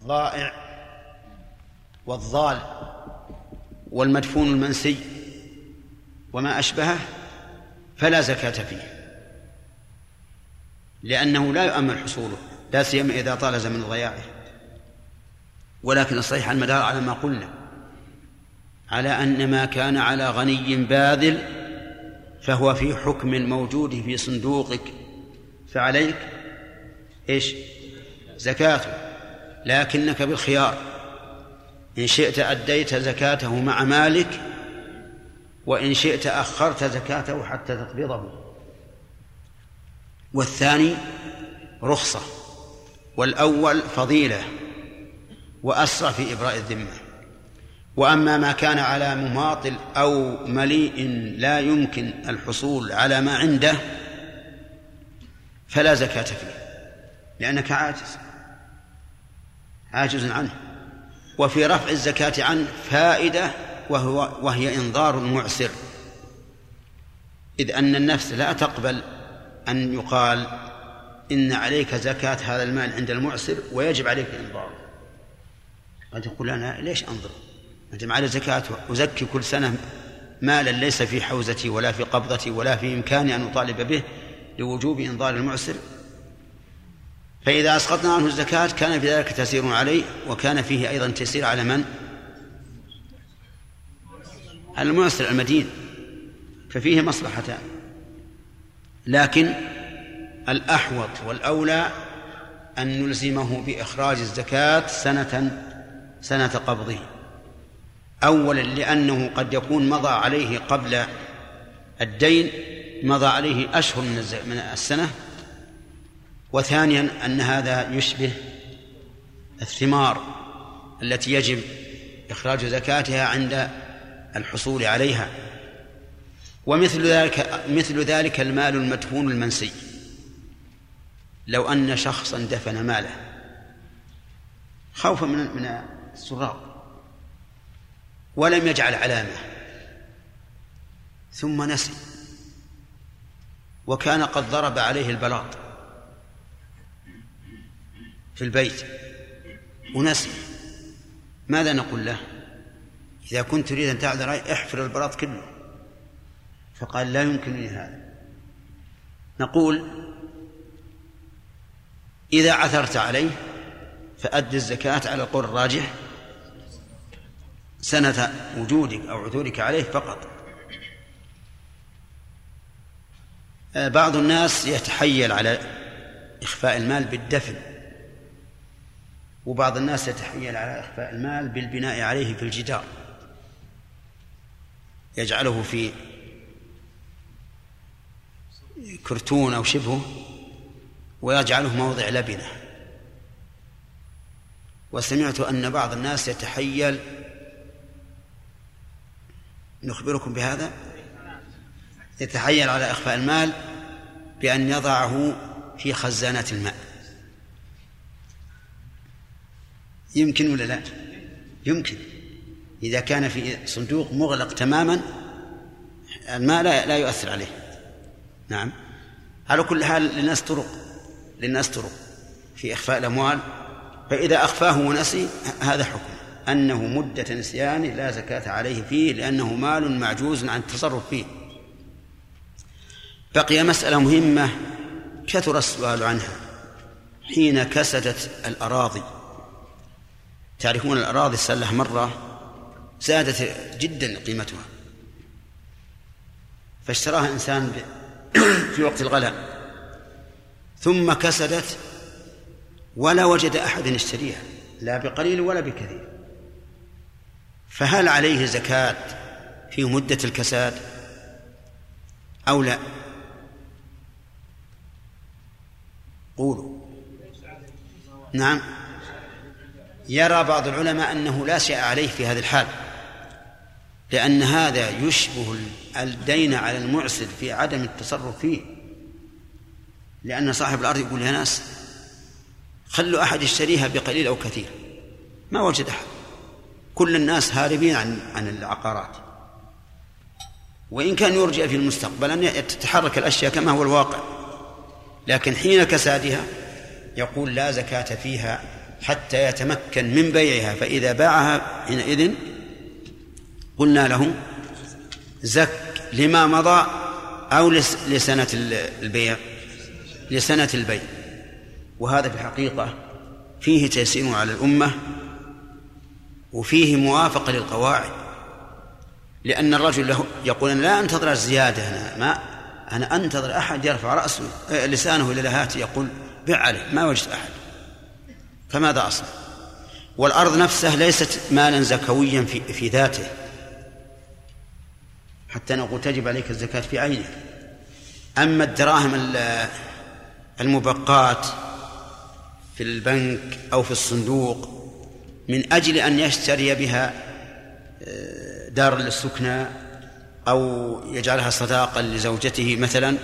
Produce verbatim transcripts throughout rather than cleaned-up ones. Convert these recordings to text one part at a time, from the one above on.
والضائع والضال والمدفون المنسي وما أشبهه فلا زكاة فيه، لأنه لا يؤمن حصوله، لا سيما إذا طال زمن ضياعه. ولكن الصحيح المدار على ما قلنا، على أن ما كان على غني باذل فهو في حكم موجود في صندوقك، فعليك إيش؟ زكاته، لكنك بالخيار، إن شئت أديت زكاته مع مالك، وإن شئت أخرت زكاته حتى تقبضه. والثاني رخصة، والأول فضيلة وأسرع في إبراء الذمة. وأما ما كان على مماطل أو مليء لا يمكن الحصول على ما عنده فلا زكاة فيه، لأنك عاجز عاجز عنه. وفي رفع الزكاة عنه فائدة، وهو وهي إنظار المعسر، إذ أن النفس لا تقبل أن يقال إن عليك زكاة هذا المال عند المعسر ويجب عليك إنظاره. قد يقول أنا ليش أنظر؟ أنت معي زكاة أزكي كل سنة مالا ليس في حوزتي ولا في قبضتي ولا في إمكاني أن أطالب به لوجوب إنظار المعسر. فإذا أسقطنا عنه الزكاة كان في ذلك تسير عليه، وكان فيه أيضا تسير على من؟ على المعسر المدين، ففيه مصلحتان. لكن الأحوط والأولى أن نلزمه بإخراج الزكاة سنة سنة قبضه، أولا لأنه قد يكون مضى عليه قبل الدين مضى عليه أشهر من السنة، وثانيا أن هذا يشبه الثمار التي يجب إخراج زكاتها عند الحصول عليها. ومثل ذلك مثل ذلك المال المدفون المنسي، لو أن شخصا دفن ماله خوفا من من السراق ولم يجعل علامة ثم نسي، وكان قد ضرب عليه البلاط في البيت ونسي، ماذا نقول له؟ إذا كنت تريد أن تعذر احفر البلاط كله، فقال لا يمكنني هذا. نقول إذا عثرت عليه فأد الزكاة على القول الراجح سنة وجودك أو عثورك عليه فقط. بعض الناس يتحيل على إخفاء المال بالدفن، وبعض الناس يتحيل على إخفاء المال بالبناء عليه في الجدار، يجعله في كرتون أو شبهه ويجعله موضع لبنة. وسمعت أن بعض الناس يتحيل، نخبركم بهذا، يتحيل على إخفاء المال بأن يضعه في خزانات الماء. يمكن ولا لا؟ يمكن، إذا كان في صندوق مغلق تماما الماء لا يؤثر عليه. نعم، على كل حال للناس طرق للناس طرق في إخفاء الأموال، فإذا أخفاه ونسي هذا حكم أنه مدة نسيان لا زكاة عليه فيه، لأنه مال معجوز عن التصرف فيه. بقي مسألة مهمة كثر السؤال عنها، حين كسدت الأراضي. تعرفون الأراضي السلة مرة زادت جدا قيمتها، فاشتراها إنسان في وقت الغلاء، ثم كسدت ولا وجد أحد يشتريها لا بقليل ولا بكثير، فهل عليه زكاة في مدة الكساد أو لا؟ قولوا. نعم، يرى بعض العلماء أنه لا شيء عليه في هذه الحال، لأن هذا يشبه الدين على المعسر في عدم التصرف فيه، لأن صاحب الأرض يقول يا ناس خلوا أحد يشتريها بقليل أو كثير، ما وجد أحد، كل الناس هاربين عن عن العقارات، وإن كان يرجع في المستقبل أن تتحرك الأشياء كما هو الواقع، لكن حين كسادها يقول لا زكاة فيها حتى يتمكن من بيعها، فإذا باعها حينئذ قلنا له زك لما مضى أو لسنة البيع، لسنة البيع. وهذا في الحقيقة فيه تيسير على الأمة وفيه موافقة للقواعد، لأن الرجل له يقول أنا لا أنتظر الزيادة، أنا ما أنا أنتظر أحد يرفع رأسه لسانه إلى لهاته يقول بع عليه، ما وجدت أحد، فماذا أصنع؟ والأرض نفسها ليست مالا زكويا في, في ذاته حتى نقول تجب عليك الزكاة في عينه. أما الدراهم المبقات في البنك أو في الصندوق من أجل أن يشتري بها دار للسكنى أو يجعلها صداقا لزوجته مثلا،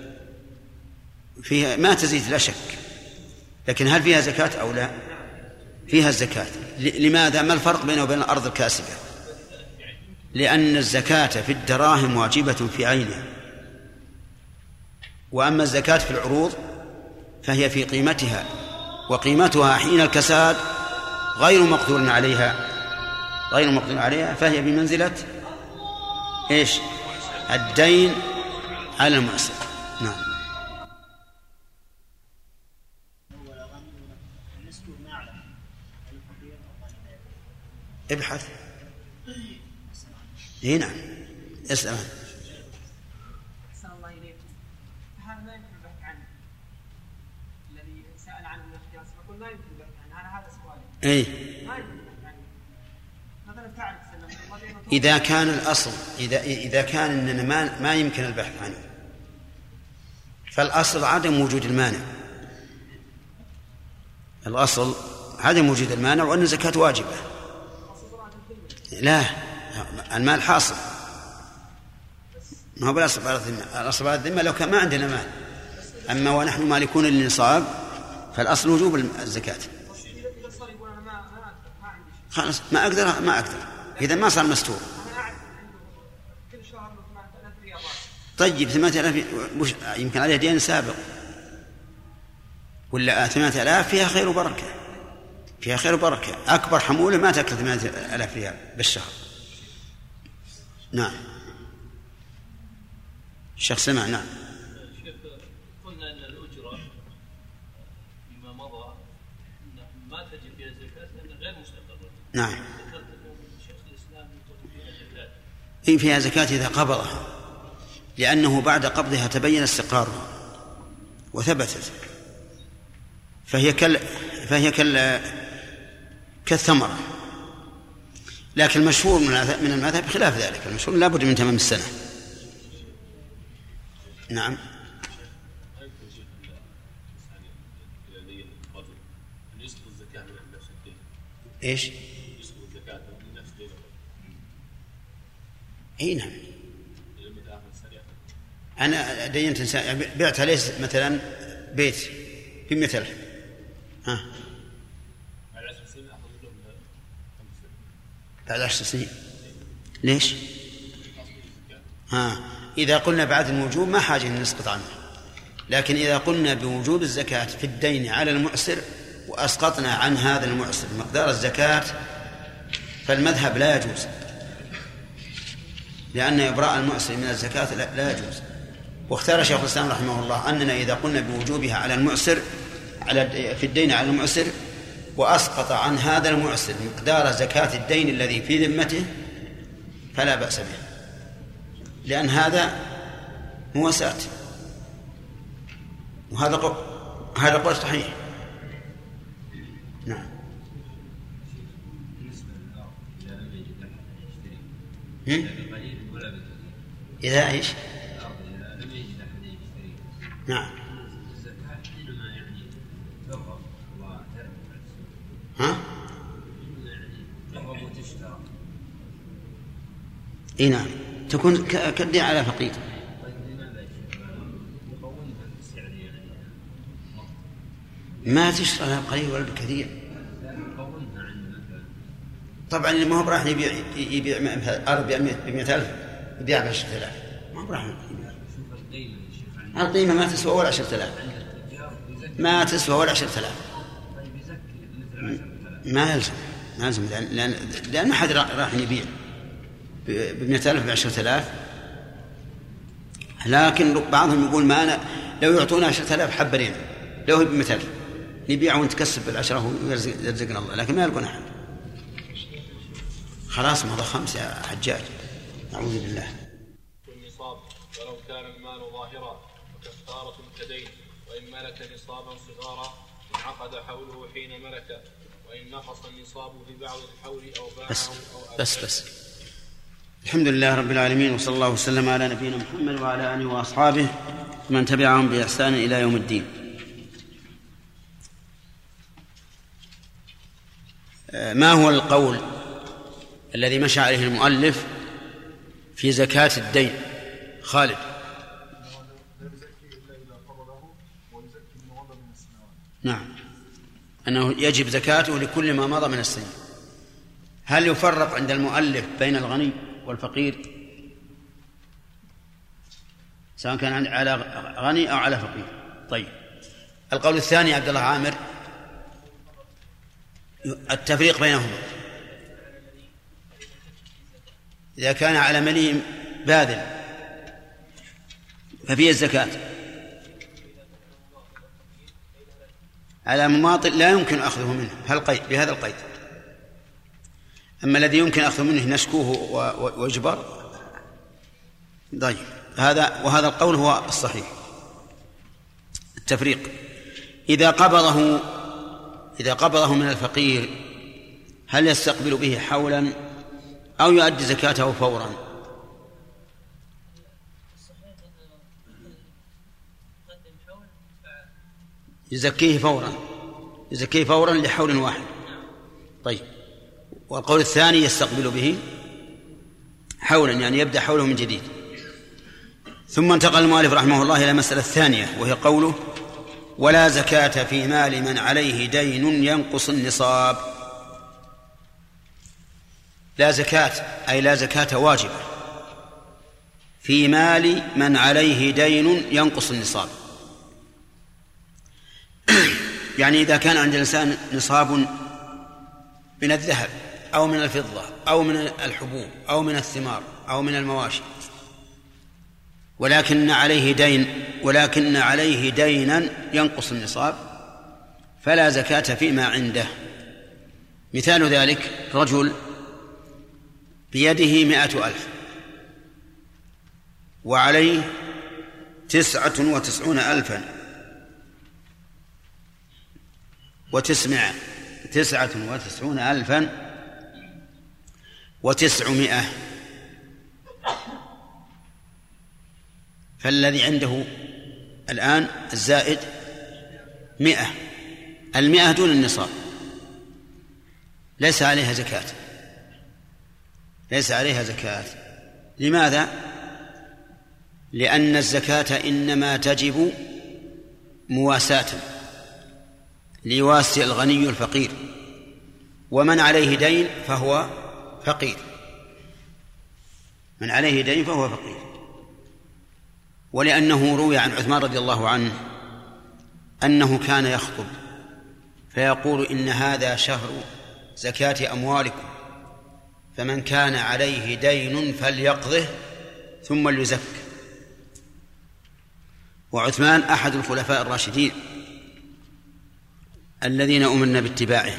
فيها ما تزيد لا شك، لكن هل فيها زكاة أو لا؟ فيها الزكاة. لماذا؟ ما الفرق بينه وبين الأرض الكاسبة؟ لأن الزكاة في الدراهم واجبة في عينها، وأما الزكاة في العروض فهي في قيمتها، وقيمتها حين الكساد غير مقدور عليها غير مقدور عليها فهي بمنزلة إيش؟ الدين على المعسر. نعم. ابحث. اي نعم، اسأل. أحسن الله إليكم. هذا ما يمكن البحث عنه، الذي سأل عنه من القياس يقول ما يمكن البحث عنه، أنا هذا سؤالي. اي ما يمكن البحث عنه. مثلا تعرف سلم إذا كان الأصل إذا إذا كان إننا ما ما يمكن البحث عنه، فالأصل عدم وجود المانع. الأصل عدم وجود المانع وأن الزكاة واجبة. لا، المال حاصل، ما هو بالأصل على الذمة. الأصل على الذمة لو كان ما عندنا مال، أما ونحن مالكون للنصاب فالأصل وجوب الزكاة. خلاص ما أقدر ما أقدر إذا ما صار مستور. طيب ثمانية آلاف يمكن عليه دين سابق، ولا ثمانية آلاف فيها خير وبركة، فيها خير وبركة. أكبر حمولة ما تأكل ثمانية آلاف ريال بالشهر. نعم. الشيخ سمع. نعم. شيخ قلنا أن الأجرة فيما مضى ما تجب فيها الزكاة لأنها غير مستقرة. نعم. ذكرت أن شيخ الإسلام يقول فيها زكاة. إن فيها زكاة إذا قبضها، لأنه بعد قبضها تبين استقرارها وثبتت، فهي كال فهي كال كالثمرة. لكن المشهور من المذهب خلاف ذلك، المشهور لا بد من تمام السنة. نعم. ايش؟ اي نعم. انا دينت انسان بعت عليه مثلا بيت بمئة ألف، ها بعد عشر سنين. ليش؟ ها إذا قلنا بعد الوجوب ما حاجة أن نسقط عنه، لكن إذا قلنا بوجوب الزكاة في الدين على المعسر وأسقطنا عن هذا المعسر مقدار الزكاة فالمذهب لا يجوز، لأن إبراء المعسر من الزكاة لا يجوز. واختار شيخ الإسلام رحمه الله أننا إذا قلنا بوجوبها على المعسر على في الدين على المعسر وأسقط عن هذا المعسر مقدار زكاة الدين الذي في ذمته فلا بأس به، لأن هذا مواساة، وهذا قول هذا قول صحيح. نعم. إذا إيش؟ نعم. ها؟ إيه نعم، تكون كالدين على فقير. ما تشترى لا بقليل ولا بكثير. طبعا اللي ما هو براح يبيع يبيع أرض بمئة ألف يبيع بعشرة آلاف، ما هو براح يبيع. القيمة ما تسوى ولا عشرة آلاف، ما تسوى ولا عشرة آلاف. ما يلزم ما يلزم لأن لأن ما حد راح يبيع بمئة ألف بعشرة آلاف، لكن بعضهم يقول ما أنا لو يعطونا عشرة آلاف حبرين لو هي بمئة ألف نبيعه ونتكسب بالعشرة ويرزقنا الله، لكن ما يلقون أحد. خلاص مضى خمس يا حجاج، أعوذ بالله. النصاب ولو كان المال ظاهرا وكفارة كدين، وإن ملك نصابا صغارا انعقد حوله حين ملك، وإن نقص النصاب في بعض الحول أو باعه بس أو بس بس الحمد لله رب العالمين، وصلى الله وسلم على نبينا محمد وعلى آله وأصحابه من تبعهم بإحسان إلى يوم الدين. ما هو القول الذي مشى عليه المؤلف في زكاة الدين؟ خالد. نعم، أنه يجب زكاته لكل ما مضى من السنة. هل يفرق عند المؤلف بين الغني والفقير سواء كان على غني أو على فقير؟ طيب، القول الثاني عبد الله عامر التفريق بينهما. إذا كان على مليء باذل ففيه الزكاة، على مماطل لا يمكن أخذه منه هل قيد بهذا القيد. أما الذي يمكن أخذه منه نشكوه ويجبر. طيب، هذا وهذا القول هو الصحيح التفريق. إذا قبضه إذا قبضه من الفقير هل يستقبل به حولا أو يؤدي زكاته فورا؟ يزكيه فورا يزكيه فورا لحول واحد. طيب، والقول الثاني يستقبل به حولا، يعني يبدأ حوله من جديد. ثم انتقل المؤلف رحمه الله إلى المسألة الثانية، وهي قوله ولا زكاة في مال من عليه دين ينقص النصاب. لا زكاة أي لا زكاة واجبة في مال من عليه دين ينقص النصاب. يعني إذا كان عند الإنسان نصاب من الذهب أو من الفضة أو من الحبوب أو من الثمار أو من المواشي، ولكن عليه دين ولكن عليه دينا ينقص النصاب، فلا زكاة فيما عنده. مثال ذلك رجل بيده مائة ألف وعليه تسعة وتسعون ألفا وتسمع تسعة وتسعون ألفا وتسعمائة، فالذي عنده الآن الزائد مئة، المئة دون النصاب ليس عليها زكاة ليس عليها زكاة. لماذا؟ لأن الزكاة إنما تجب مواساة ليواسي الغني الفقير، ومن عليه دين فهو فقير من عليه دين فهو فقير. ولأنه روي عن عثمان رضي الله عنه أنه كان يخطب فيقول إن هذا شهر زكاة أموالكم، فمن كان عليه دين فليقضه ثم ليزك. وعثمان أحد الخلفاء الراشدين الذين أمرنا باتباعه،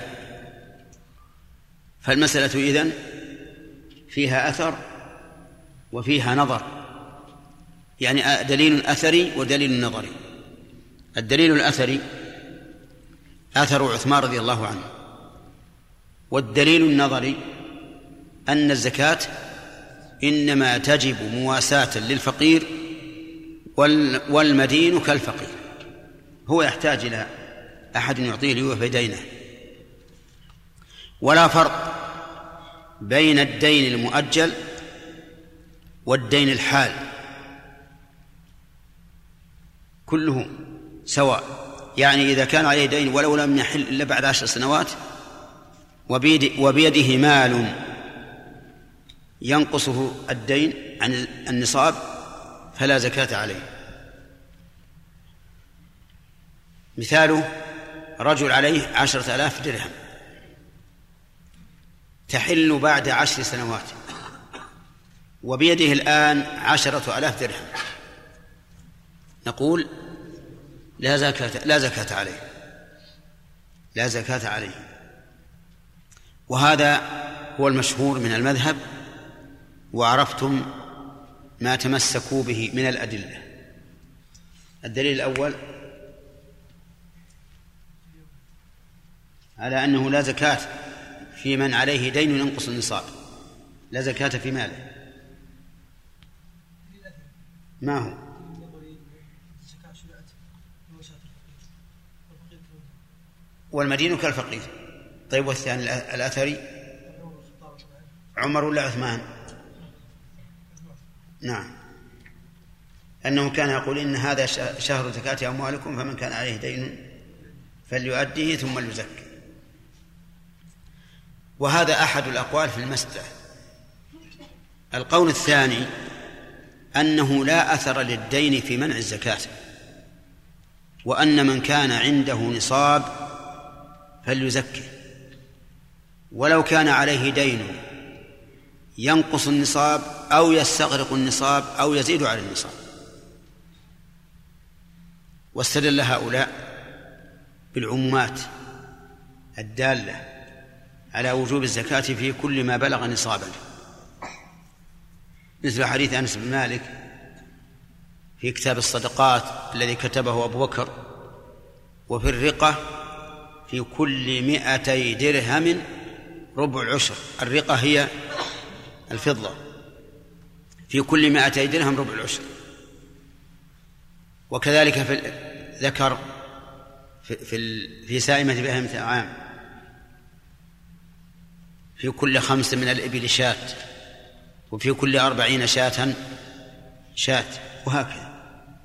فالمسألة إذن فيها أثر وفيها نظر، يعني دليل أثري ودليل نظري. الدليل الأثري أثر عثمان رضي الله عنه، والدليل النظري أن الزكاة إنما تجب مواساة للفقير والمدين كالفقير، هو يحتاج إلى أحد يعطيه ليوفي دينه. ولا فرق بين الدين المؤجل والدين الحال، كله سواء. يعني إذا كان عليه دين ولو لم يحل إلا بعد عشر سنوات وبيده مال ينقصه الدين عن النصاب فلا زكاة عليه. مثاله رجل عليه عشرة آلاف درهم تحل بعد عشر سنوات وبيده الآن عشرة ألاف درهم، نقول لا زكاة لا زكاة عليه لا زكاة عليه. وهذا هو المشهور من المذهب، وعرفتم ما تمسكوا به من الأدلة. الدليل الأول على أنه لا زكاة في من عليه دين ينقص النصاب، لا زكاة في ماله. ما هو؟ والمدين كالفقير. طيب والثاني الأثري عمر ولا عثمان؟ نعم، أنه كان يقول إن هذا شهر زكاة أموالكم فمن كان عليه دين فليؤديه ثم ليزكي. وهذا أحد الأقوال في المسألة. القول الثاني أنه لا أثر للدين في منع الزكاة، وأن من كان عنده نصاب فليزكي، ولو كان عليه دين ينقص النصاب أو يستغرق النصاب أو يزيد على النصاب. واستدل هؤلاء بالعمومات الدالة على وجوب الزكاة في كل ما بلغ نصابا، مثل حديث أنس بن مالك في كتاب الصدقات الذي كتبه أبو بكر: وفي الرقة في كل مئتي درهم ربع العشر. الرقة هي الفضة. في كل مئتي درهم ربع العشر. وكذلك في ذكر في في, في سائمة بهيمة عام في كل خمس من الإبل شاة، وفي كل أربعين شاة شاة، وهكذا.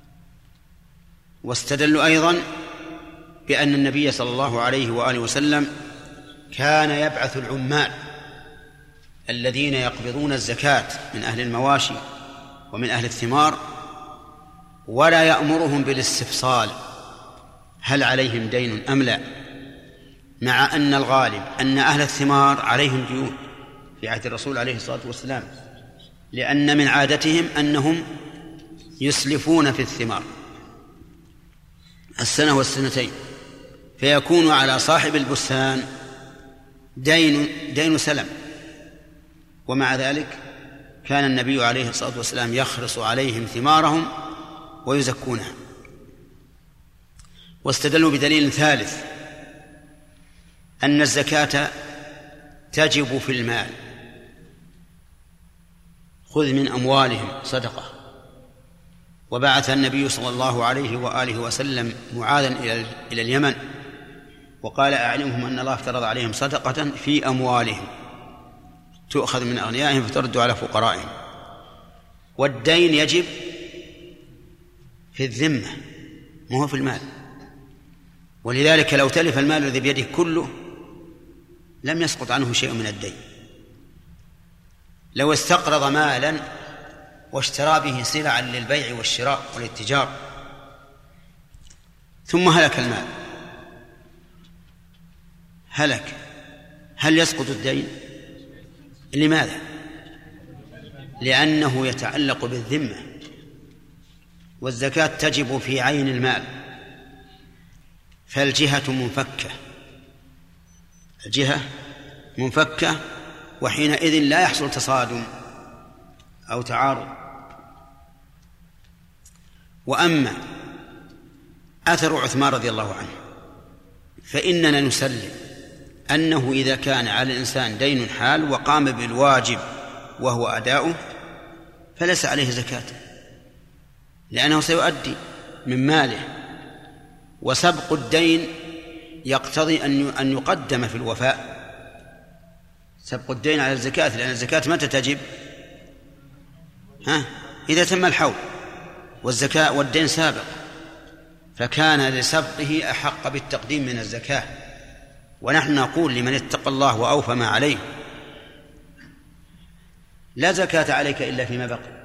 واستدلوا أيضا بأن النبي صلى الله عليه وآله وسلم كان يبعث العمال الذين يقبضون الزكاة من أهل المواشي ومن أهل الثمار، ولا يأمرهم بالاستفصال هل عليهم دين أم لا، مع أن الغالب أن أهل الثمار عليهم ديون في عهد الرسول عليه الصلاة والسلام، لأن من عادتهم أنهم يسلفون في الثمار السنة والسنتين، فيكون على صاحب البستان دين دين سلم. ومع ذلك كان النبي عليه الصلاة والسلام يخرص عليهم ثمارهم ويزكونها. واستدلوا بدليل ثالث أن الزكاة تجب في المال: خذ من أموالهم صدقة. وبعث النبي صلى الله عليه وآله وسلم معاذا إلى اليمن وقال: أعلمهم أن الله افترض عليهم صدقة في أموالهم تؤخذ من أغنيائهم فترد على فقرائهم. والدين يجب في الذمة ما هو في المال، ولذلك لو تلف المال الذي بيده كله لم يسقط عنه شيء من الدين. لو استقرض مالا واشترى به سلعا للبيع والشراء والاتجار ثم هلك المال، هلك، هل يسقط الدين؟ لماذا؟ لأنه يتعلق بالذمة، والزكاة تجب في عين المال، فالجهة منفكة، الجهة منفكة، وحينئذ لا يحصل تصادم أو تعارض. وأما أثر عثمان رضي الله عنه فإننا نسلم أنه إذا كان على الإنسان دين حال وقام بالواجب وهو أداؤه فليس عليه زكاة، لأنه سيؤدي من ماله، وسبق الدين يقتضي أن يقدم في الوفاء، سبق الدين على الزكاة، لأن الزكاة متى تجب؟ ها؟ إذا تم الحول، والزكاة والدين سابق، فكان لسبقه أحق بالتقديم من الزكاة. ونحن نقول لمن اتقى الله وأوفى ما عليه: لا زكاة عليك إلا فيما بقي.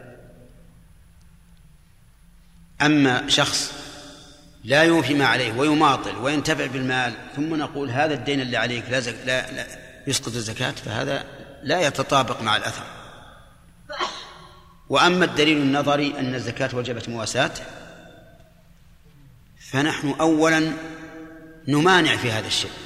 أما شخص لا يوفي ما عليه ويماطل وينتفع بالمال ثم نقول هذا الدين اللي عليك لا, زك... لا... لا... يسقط الزكاة فهذا لا يتطابق مع الأثر. وأما الدليل النظري أن الزكاة وجبت مواساة فنحن أولا نمانع في هذا الشيء.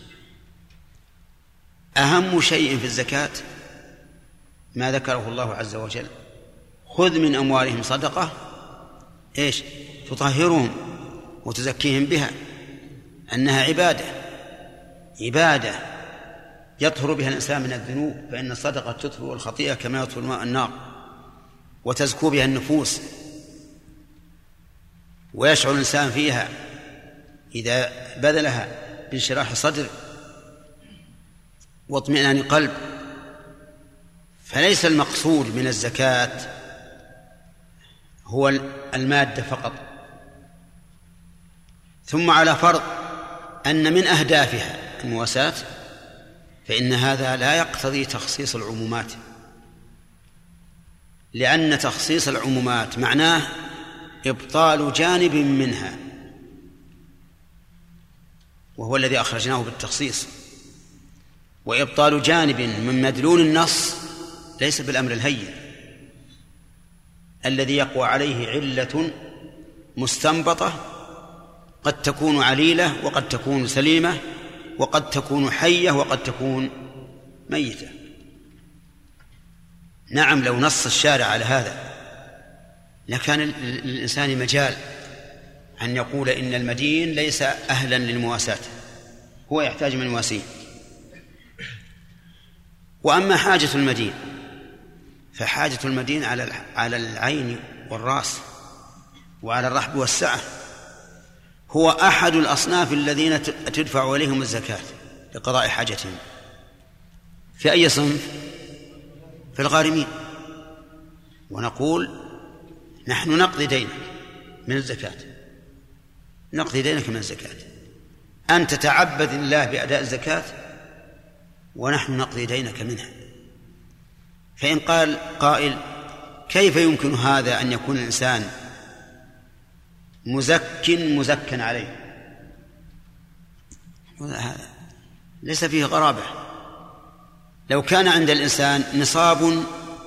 أهم شيء في الزكاة ما ذكره الله عز وجل: خذ من أموالهم صدقة إيش تطهرهم وتزكيهم بها، أنها عبادة عبادة يطهر بها الإنسان من الذنوب، فإن الصدقة تطفئ الخطيئة كما يطفئ الماء النار، وتزكو بها النفوس، ويشعر الإنسان فيها إذا بذلها بانشراح صدر واطمئنان قلب. فليس المقصود من الزكاة هو المادة فقط. ثم على فرض أن من أهدافها المواساة فإن هذا لا يقتضي تخصيص العمومات، لأن تخصيص العمومات معناه إبطال جانب منها، وهو الذي أخرجناه بالتخصيص. وإبطال جانب من مدلول النص ليس بالأمر الهين الذي يقوى عليه علة مستنبطة قد تكون عليلة وقد تكون سليمة وقد تكون حية وقد تكون ميتة. نعم لو نص الشارع على هذا لكان للإنسان مجال أن يقول إن المدين ليس أهلا للمواساة، هو يحتاج من مواسين. وأما حاجة المدين فحاجة المدين على على العين والرأس وعلى الرحب والسعة، هو أحد الأصناف الذين تدفع إليهم الزكاة لقضاء حاجتهم. في أي صنف؟ في الغارمين. ونقول نحن نقضي دينك من الزكاة، نقضي دينك من الزكاة، أن تتعبد الله بأداء الزكاة ونحن نقضي دينك منها. فإن قال قائل كيف يمكن هذا أن يكون الإنسان مزك مزكا عليه؟ هذا ليس فيه غرابة. لو كان عند الإنسان نصاب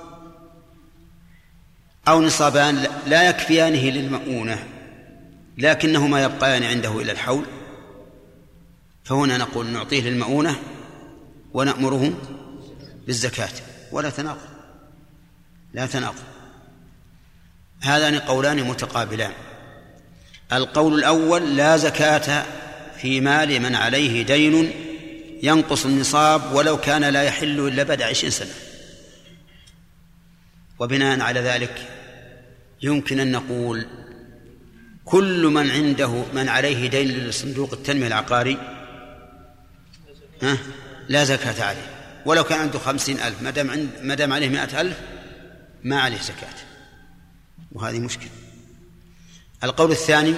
أو نصابان لا يكفيانه للمؤونة لكنهما يبقيان عنده إلى الحول، فهنا نقول نعطيه للمؤونة ونأمره بالزكاة، ولا تناقض لا تناقض. هذان قولان متقابلان. القول الأول: لا زكاة في مال من عليه دين ينقص النصاب ولو كان لا يحل إلا بعد عشرين سنة. وبناء على ذلك يمكن أن نقول كل من عنده من عليه دين للصندوق التنمية العقاري ها لا زكاة عليه، ولو كان عنده خمسين ألف ما دام عليه مائة ألف ما عليه زكاة، وهذه مشكلة. القول الثاني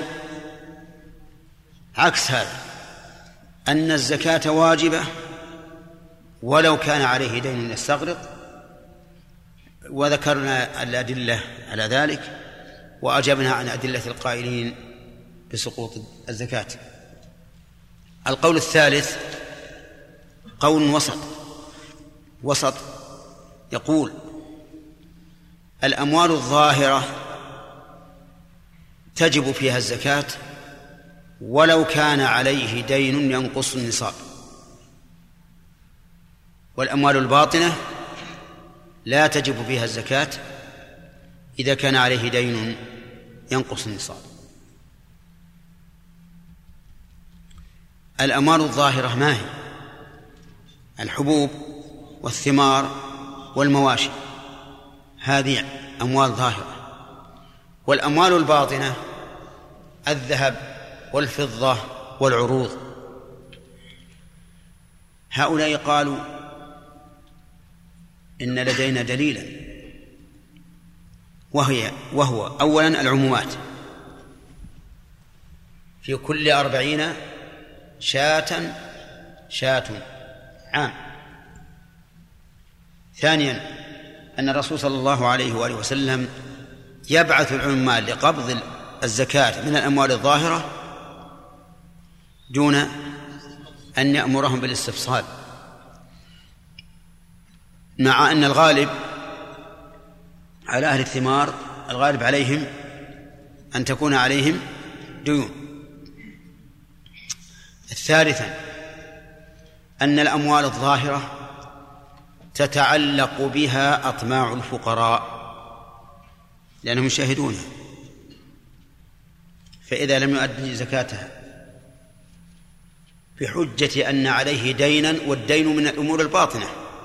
عكس هذا، أن الزكاة واجبة ولو كان عليه دين يستغرق، وذكرنا الأدلة على ذلك وأجبنا عن أدلة القائلين بسقوط الزكاة. القول الثالث قول وسط وسط يقول: الأموال الظاهرة تجب فيها الزكاة ولو كان عليه دين ينقص النصاب، والأموال الباطنة لا تجب فيها الزكاة إذا كان عليه دين ينقص النصاب. الأموال الظاهرة ما هي؟ الحبوب والثمار والمواشي، هذه أموال ظاهرة. والأموال الباطنة الذهب والفضة والعروض. هؤلاء قالوا إن لدينا دليلا، وهي وهو أولا العمومات: في كل أربعين شاة شاة عام. ثانيا أن الرسول صلى الله عليه وآله وسلم يبعث العمال لقبض الزكاة من الأموال الظاهرة دون أن يأمرهم بالاستفصال. مع أن الغالب على أهل الثمار الغالب عليهم أن تكون عليهم ديون. الثالثا أن الأموال الظاهرة تتعلق بها أطماع الفقراء لأنهم يشاهدونها، فإذا لم يؤدي زكاتها بحجة أن عليه دينا، والدين من الأمور الباطنة،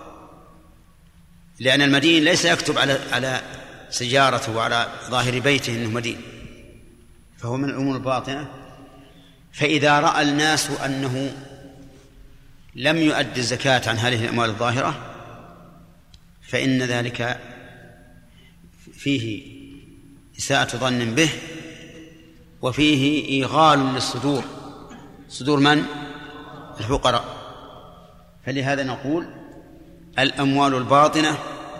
لأن المدين ليس يكتب على على سيارته وعلى ظاهر بيته أنه مدين، فهو من الأمور الباطنة. فإذا رأى الناس أنه لم يؤدي الزكاة عن هذه الأموال الظاهرة فإن ذلك فيه إساءة ظن به، وفيه إيغال للصدور، صدور من؟ الفقراء. فلهذا نقول الأموال الباطنة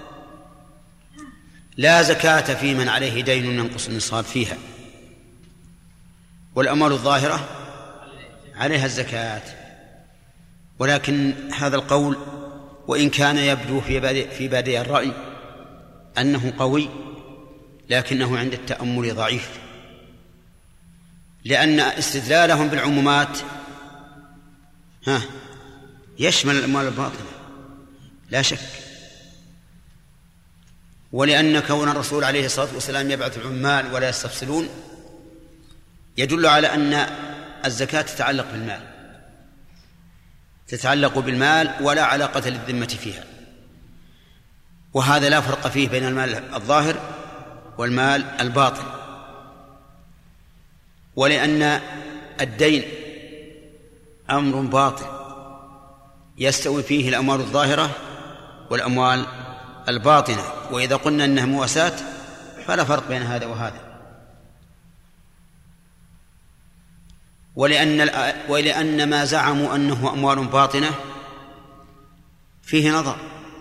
لا زكاة في من عليه دين ينقص النصاب فيها، والأموال الظاهرة عليها الزكاة. ولكن هذا القول وإن كان يبدو في بادئ في بادئ الرأي أنه قوي، لكنه عند التأمل ضعيف، لأن استدلالهم بالعمومات ها يشمل الأموال الباطنة لا شك، ولأن كون الرسول عليه الصلاة والسلام يبعث العمال ولا يستفصلون يدل على أن الزكاة تتعلق بالمال، تتعلق بالمال ولا علاقة للذمة فيها، وهذا لا فرق فيه بين المال الظاهر والمال الباطن. ولأن الدين أمر باطن يستوي فيه الأموال الظاهرة والأموال الباطنة، وإذا قلنا أنها مواساة فلا فرق بين هذا وهذا. ولأن, ولأن ما زعموا أنه أموال باطنة فيه نظر،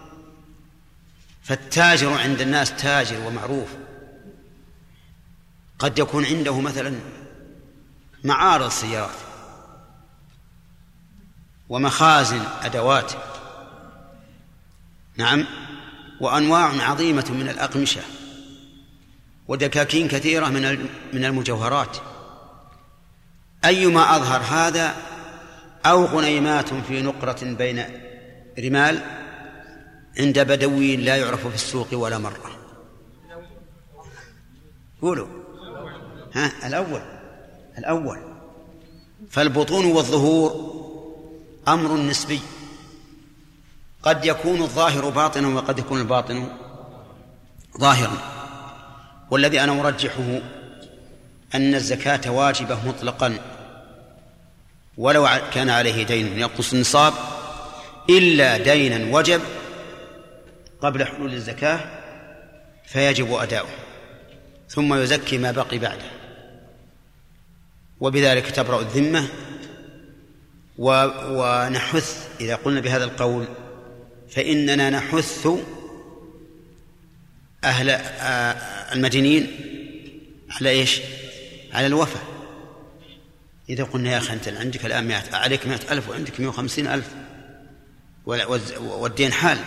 فالتاجر عند الناس تاجر ومعروف، قد يكون عنده مثلا معارض سيارات ومخازن أدوات، نعم، وأنواع عظيمة من الأقمشة ودكاكين كثيرة من من المجوهرات، أيما أظهر هذا أو غنيمات في نقرة بين رمال عند بدوي لا يعرف في السوق ولا مرة. قولوا ها الأول الأول فالبطون والظهور أمر نسبي، قد يكون الظاهر باطنا وقد يكون الباطن ظاهرا، والذي أنا أرجحه أن الزكاة واجبة مطلقا ولو كان عليه دين ينقص النصاب، إلا دينا وجب قبل حلول الزكاة فيجب أداؤه ثم يزكي ما بقي بعده، وبذلك تبرأ الذمة. ونحث إذا قلنا بهذا القول فإننا نحث أهل المدينين على إيش؟ على الوفاء. إذا قلنا يا أخي أنت عندك الآن مئة عليك مئة ألف وعندك مئة وخمسين ألف والدين حال،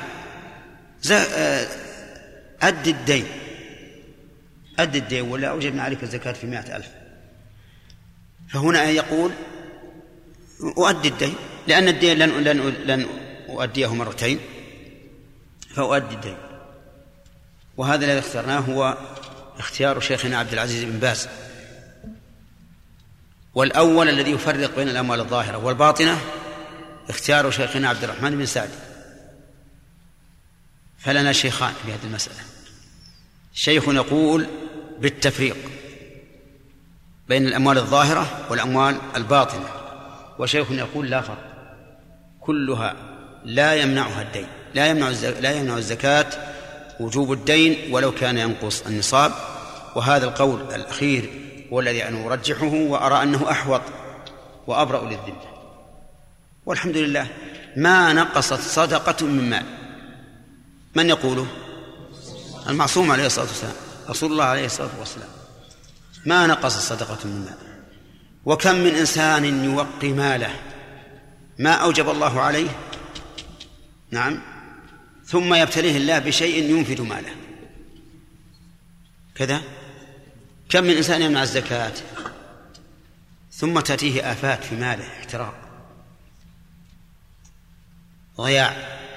أد الدين أد الدين ولا أوجبنا عليك الزكاة في مئة ألف، فهنا يقول أؤدي الدين، لأن الدين لن, لن, لن أؤديه مرتين فأؤدي الدين. وهذا الذي اخترناه هو اختيار شيخنا عبد العزيز بن باز. والأول الذي يفرق بين الأموال الظاهرة والباطنة اختيار شيخنا عبد الرحمن بن سعد. فلنا شيخان في هذه المسألة، شيخ يقول بالتفريق بين الأموال الظاهرة والأموال الباطنة، وشيخ يقول لا فرق، كلها لا يمنعها الدين، لا يمنع لا يمنع الزكاة وجوب الدين ولو كان ينقص النصاب. وهذا القول الأخير هو الذي أنا أرجحه وأرى أنه أحوط وأبرأ للذمة. والحمد لله ما نقصت صدقة من مال. من يقوله؟ المعصوم عليه الصلاة والسلام، رسول الله عليه الصلاة والسلام، ما نقصت صدقة من مال. وكم من إنسان يوقي ماله ما أوجب الله عليه، نعم، ثم يبتليه الله بشيء ينفد ماله كذا. كم من إنسان يمنع الزكاة ثم تأتيه آفات في ماله، احتراق، ضياع،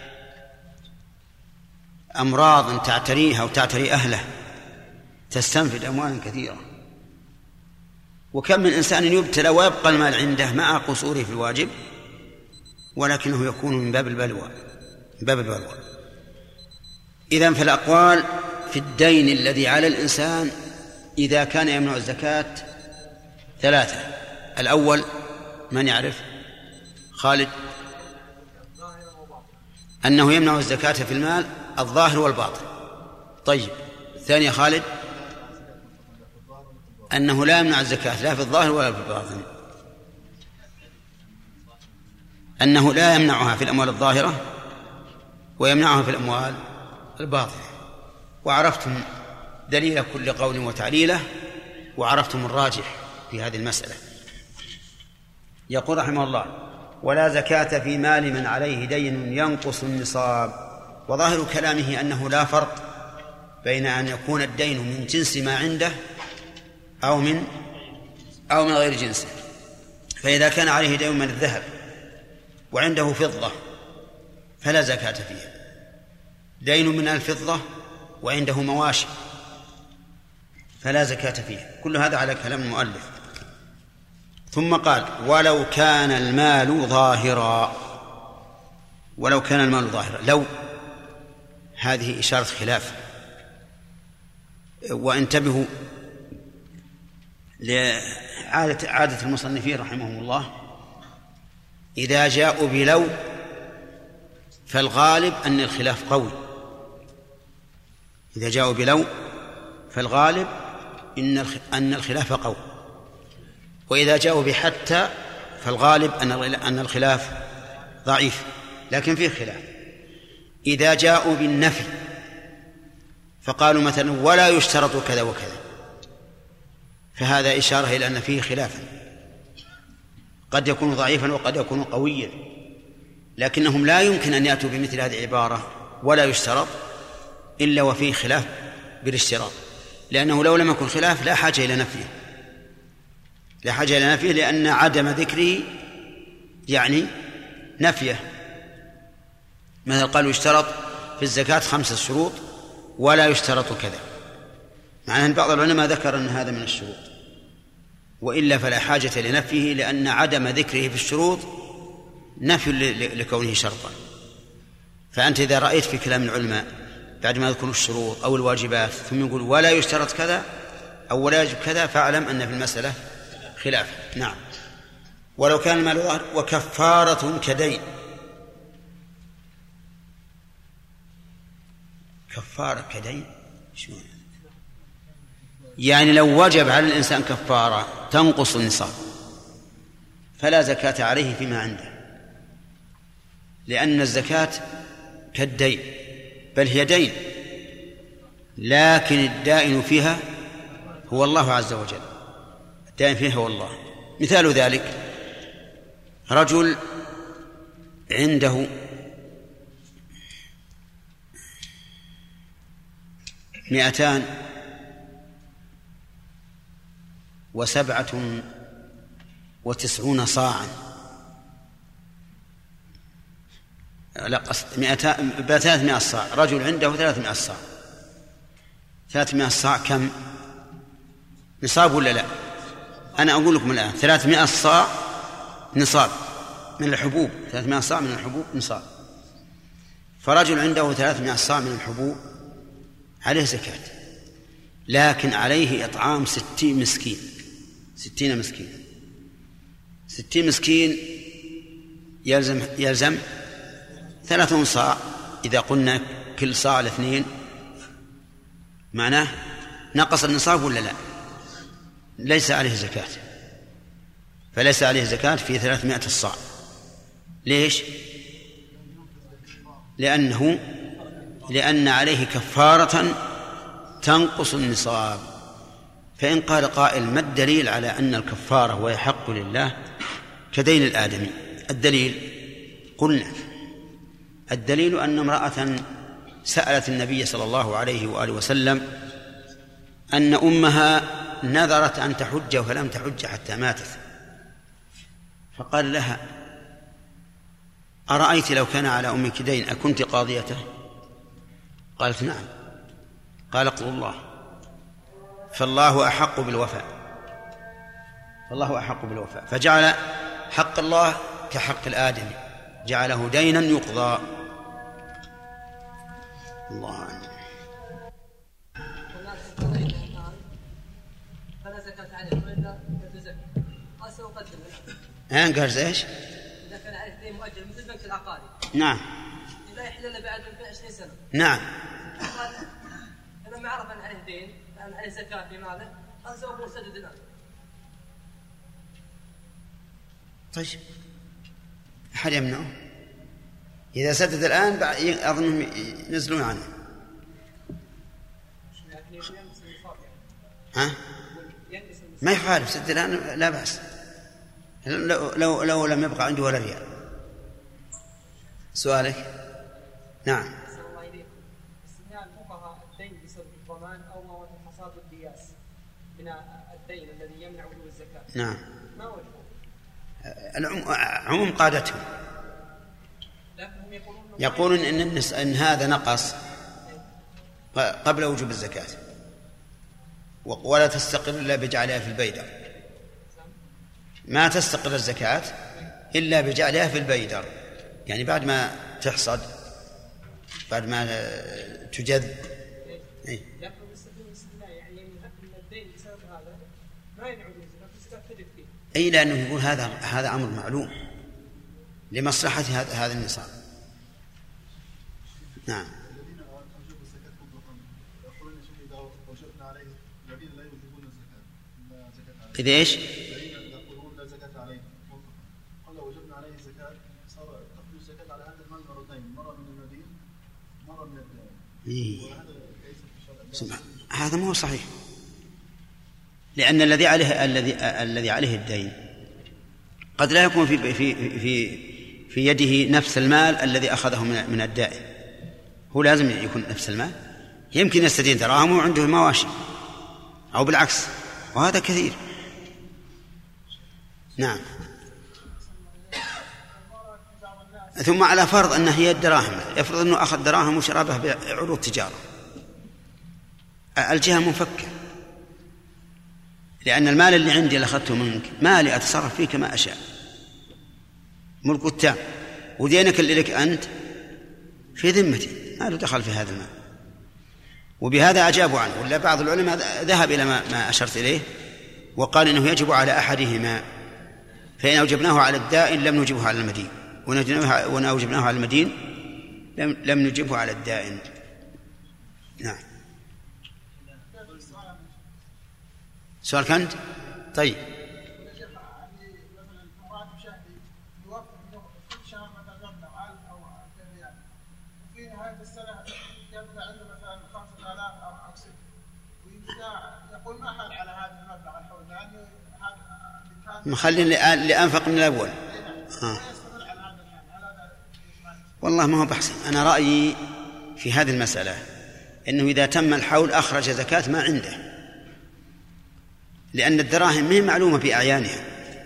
أمراض تعتريها وتعتري أهله تستنفد أموالا كثيرة. وكم من إنسان يبتلى ويبقى المال عنده مع قصوره في الواجب ولكنه يكون من باب البلوى من باب البلوى. إذن فالأقوال في الدين الذي على الإنسان إذا كان يمنع الزكاة ثلاثة. الأول من يعرف؟ خالد. أنه يمنع الزكاة في المال الظاهر والباطن. طيب الثاني خالد أنه لا يمنع الزكاة لا في الظاهر ولا في الباطن، أنه لا يمنعها في الأموال الظاهرة ويمنعها في الأموال الباطنة. وعرفتم دليل كل قول وتعليله وعرفتم الراجح في هذه المسألة. يقول رحمه الله: ولا زكاة في مال من عليه دين ينقص النصاب. وظاهر كلامه أنه لا فرق بين أن يكون الدين من جنس ما عنده أو من أو من غير جنسه. فإذا كان عليه دين من الذهب وعنده فضة فلا زكاة فيها. دين من الفضة وعنده مواشي فلا زكاة فيها. كل هذا على كلام المؤلف. ثم قال: ولو كان المال ظاهرا. ولو كان المال ظاهرا، لو هذه إشارة خلاف. وانتبهوا لعادة عادة المصنفين رحمهم الله، إذا جاءوا بلو فالغالب أن الخلاف قوي. إذا جاءوا بلو فالغالب إن أن الخلاف قوي، وإذا جاءوا بحتى فالغالب أن الخلاف ضعيف. لكن فيه خلاف. إذا جاءوا بالنفي فقالوا مثلا ولا يشترط كذا وكذا، فهذا إشارة إلى أن فيه خلافا، قد يكون ضعيفا وقد يكون قويا، لكنهم لا يمكن أن يأتوا بمثل هذه العبارة ولا يشترط إلا وفيه خلاف بالاشتراط، لأنه لو لم يكن خلاف لا حاجة إلى نفيه لا حاجة إلى نفيه لأن عدم ذكره يعني نفيه. مثلا قالوا يشترط في الزكاة خمسة شروط ولا يشترط كذا، مع أن بعض العلماء ذكر أن هذا من الشروط، وإلا فلا حاجة لنفيه لأن عدم ذكره في الشروط نفي لكونه شرطا. فأنت إذا رأيت في كلام العلماء بعد ما يذكروا الشروط أو الواجبات ثم يقول ولا يشترط كذا أو ولا يجب كذا فاعلم أن في المسألة خلاف. نعم. ولو كان المال ظاهر. وكفارة كدين. كفارة كدين شو يعني؟ لو وجب على الإنسان كفارة تنقص النصاب فلا زكاة عليه فيما عنده، لأن الزكاة كالدين، بل هي دين، لكن الدائن فيها هو الله عز وجل. الدائن فيها هو الله. مثال ذلك رجل عنده مئتان وسبعة وتسعون صاعا، لا قصد مئتان بثلاثمائة صاع. رجل عنده ثلاثمائة صاع. ثلاثمائة صاع كم نصاب ولا لا؟ أنا أقول لكم الآن ثلاثمائة صاع نصاب من الحبوب. ثلاثمائة صاع من الحبوب نصاب. فرجل عنده ثلاثمائة صاع من الحبوب عليه زكاة، لكن عليه إطعام ستين مسكين. ستين مسكين ستين مسكين يلزم يلزم ثلاثون صاع. إذا قلنا كل صاع الاثنين معناه نقص النصاب ولا لا؟ ليس عليه زكاة، فليس عليه زكاة في ثلاثمائة الصاع. ليش؟ لأنه لأن عليه كفارة تنقص النصاب. فإن قال قائل ما الدليل على أن الكفارة وهي حق لله كدين الآدمي؟ الدليل قلنا الدليل أن امرأة سألت النبي صلى الله عليه وآله وسلم أن أمها نذرت أن تحج فلم تحج حتى ماتت، فقال لها: أرأيت لو كان على أمك دين أكنت قاضيته؟ قالت: نعم. قال: قل الله، فالله أحق بالوفاء، فالله أحق بالوفاء، فجعل حق الله كحق الآدمي، جعله دينا يقضى. الله عنه. فلا زكاة عليه وإلا زكاة. قال سأقدم. ها قال ايش؟ إذا كان عليه دين مؤجل مثل البنك العقاري. نعم. إذا يحل له بعد عشرين سنة. نعم. قال أنا ما أعرف أن عليه دين، أن عليه زكاة في ماله، قال سأقول سدد الآن. طيب أحد يمنعه؟ إذا سدد الآن أظنهم ينزلون عنه. ها؟ ما يخالف، سدد الآن لا بأس، لو, لو, لو لم يبقى عنده ولا ريال. سؤالك؟ نعم. استثناء الفقهاء الدين بسبب الضمان أو مواد الحصاد والدياس من الدين الذي يمنع وجوب الزكاة. نعم. ما وجهه؟ عموم قادتهم يقولون إن, النس... إن هذا نقص قبل وجوب الزكاة، ولا تستقر إلا بجعلها في البيدر، ما تستقر الزكاة إلا بجعلها في البيدر، يعني بعد ما تحصد، بعد ما تجذ. إيه؟ لكن الاستثناء يعني من الدين بسبب هذا ما ينعود الزكاة تجد فيه. أي لأنه يقول هذا هذا أمر معلوم لمصلحة هذا هذا النصاب. نعم. الذين أوجبوا الزكاة مطلقا يقولون إذا وجبنا عليه الذين لا يوجبون الزكاة لا زكاة عليه. إذا إيش؟ الذين يقولون لا زكاة عليه مطلقا، قال لو وجبنا عليه الزكاة صار تخرج الزكاة على هذا المال مرتين، مرة من المدين مرة من الدين. إيه. وهذا ليس في سبحان، هذا مو صحيح، لأن الذي عليه الذي الذي عليه الدين قد لا يكون في في في في يده نفس المال الذي أخذه من من الدائن، هو لازم يكون نفس المال، يمكن يستدين دراهم وعنده مواشي أو بالعكس، وهذا كثير. نعم. ثم على فرض أن هي الدراهم، يفرض أنه أخذ دراهم وشرابه بعروض تجارة، الجهة منفكة، لأن المال اللي عندي اللي أخذته منك مالي أتصرف فيه كما أشاء، ملك التام، ودينك اللي لك أنت في ذمتي، ما له دخل في هذا المال. وبهذا أجابوا عنه، ولا بعض العلماء ذهب إلى ما, ما أشرت إليه وقال إنه يجب على أحدهما، فإن أوجبناه على الدائن لم نجبه على المدين، وإن أوجبناه على المدين لم, لم نجبه على الدائن. نعم. سؤال كنت؟ طيب. مخلين لأنفق من الأول. آه. والله ما هو بحسن، أنا رأيي في هذه المسألة أنه إذا تم الحول أخرج زكاة ما عنده، لأن الدراهم ما هي معلومة بأعيانها،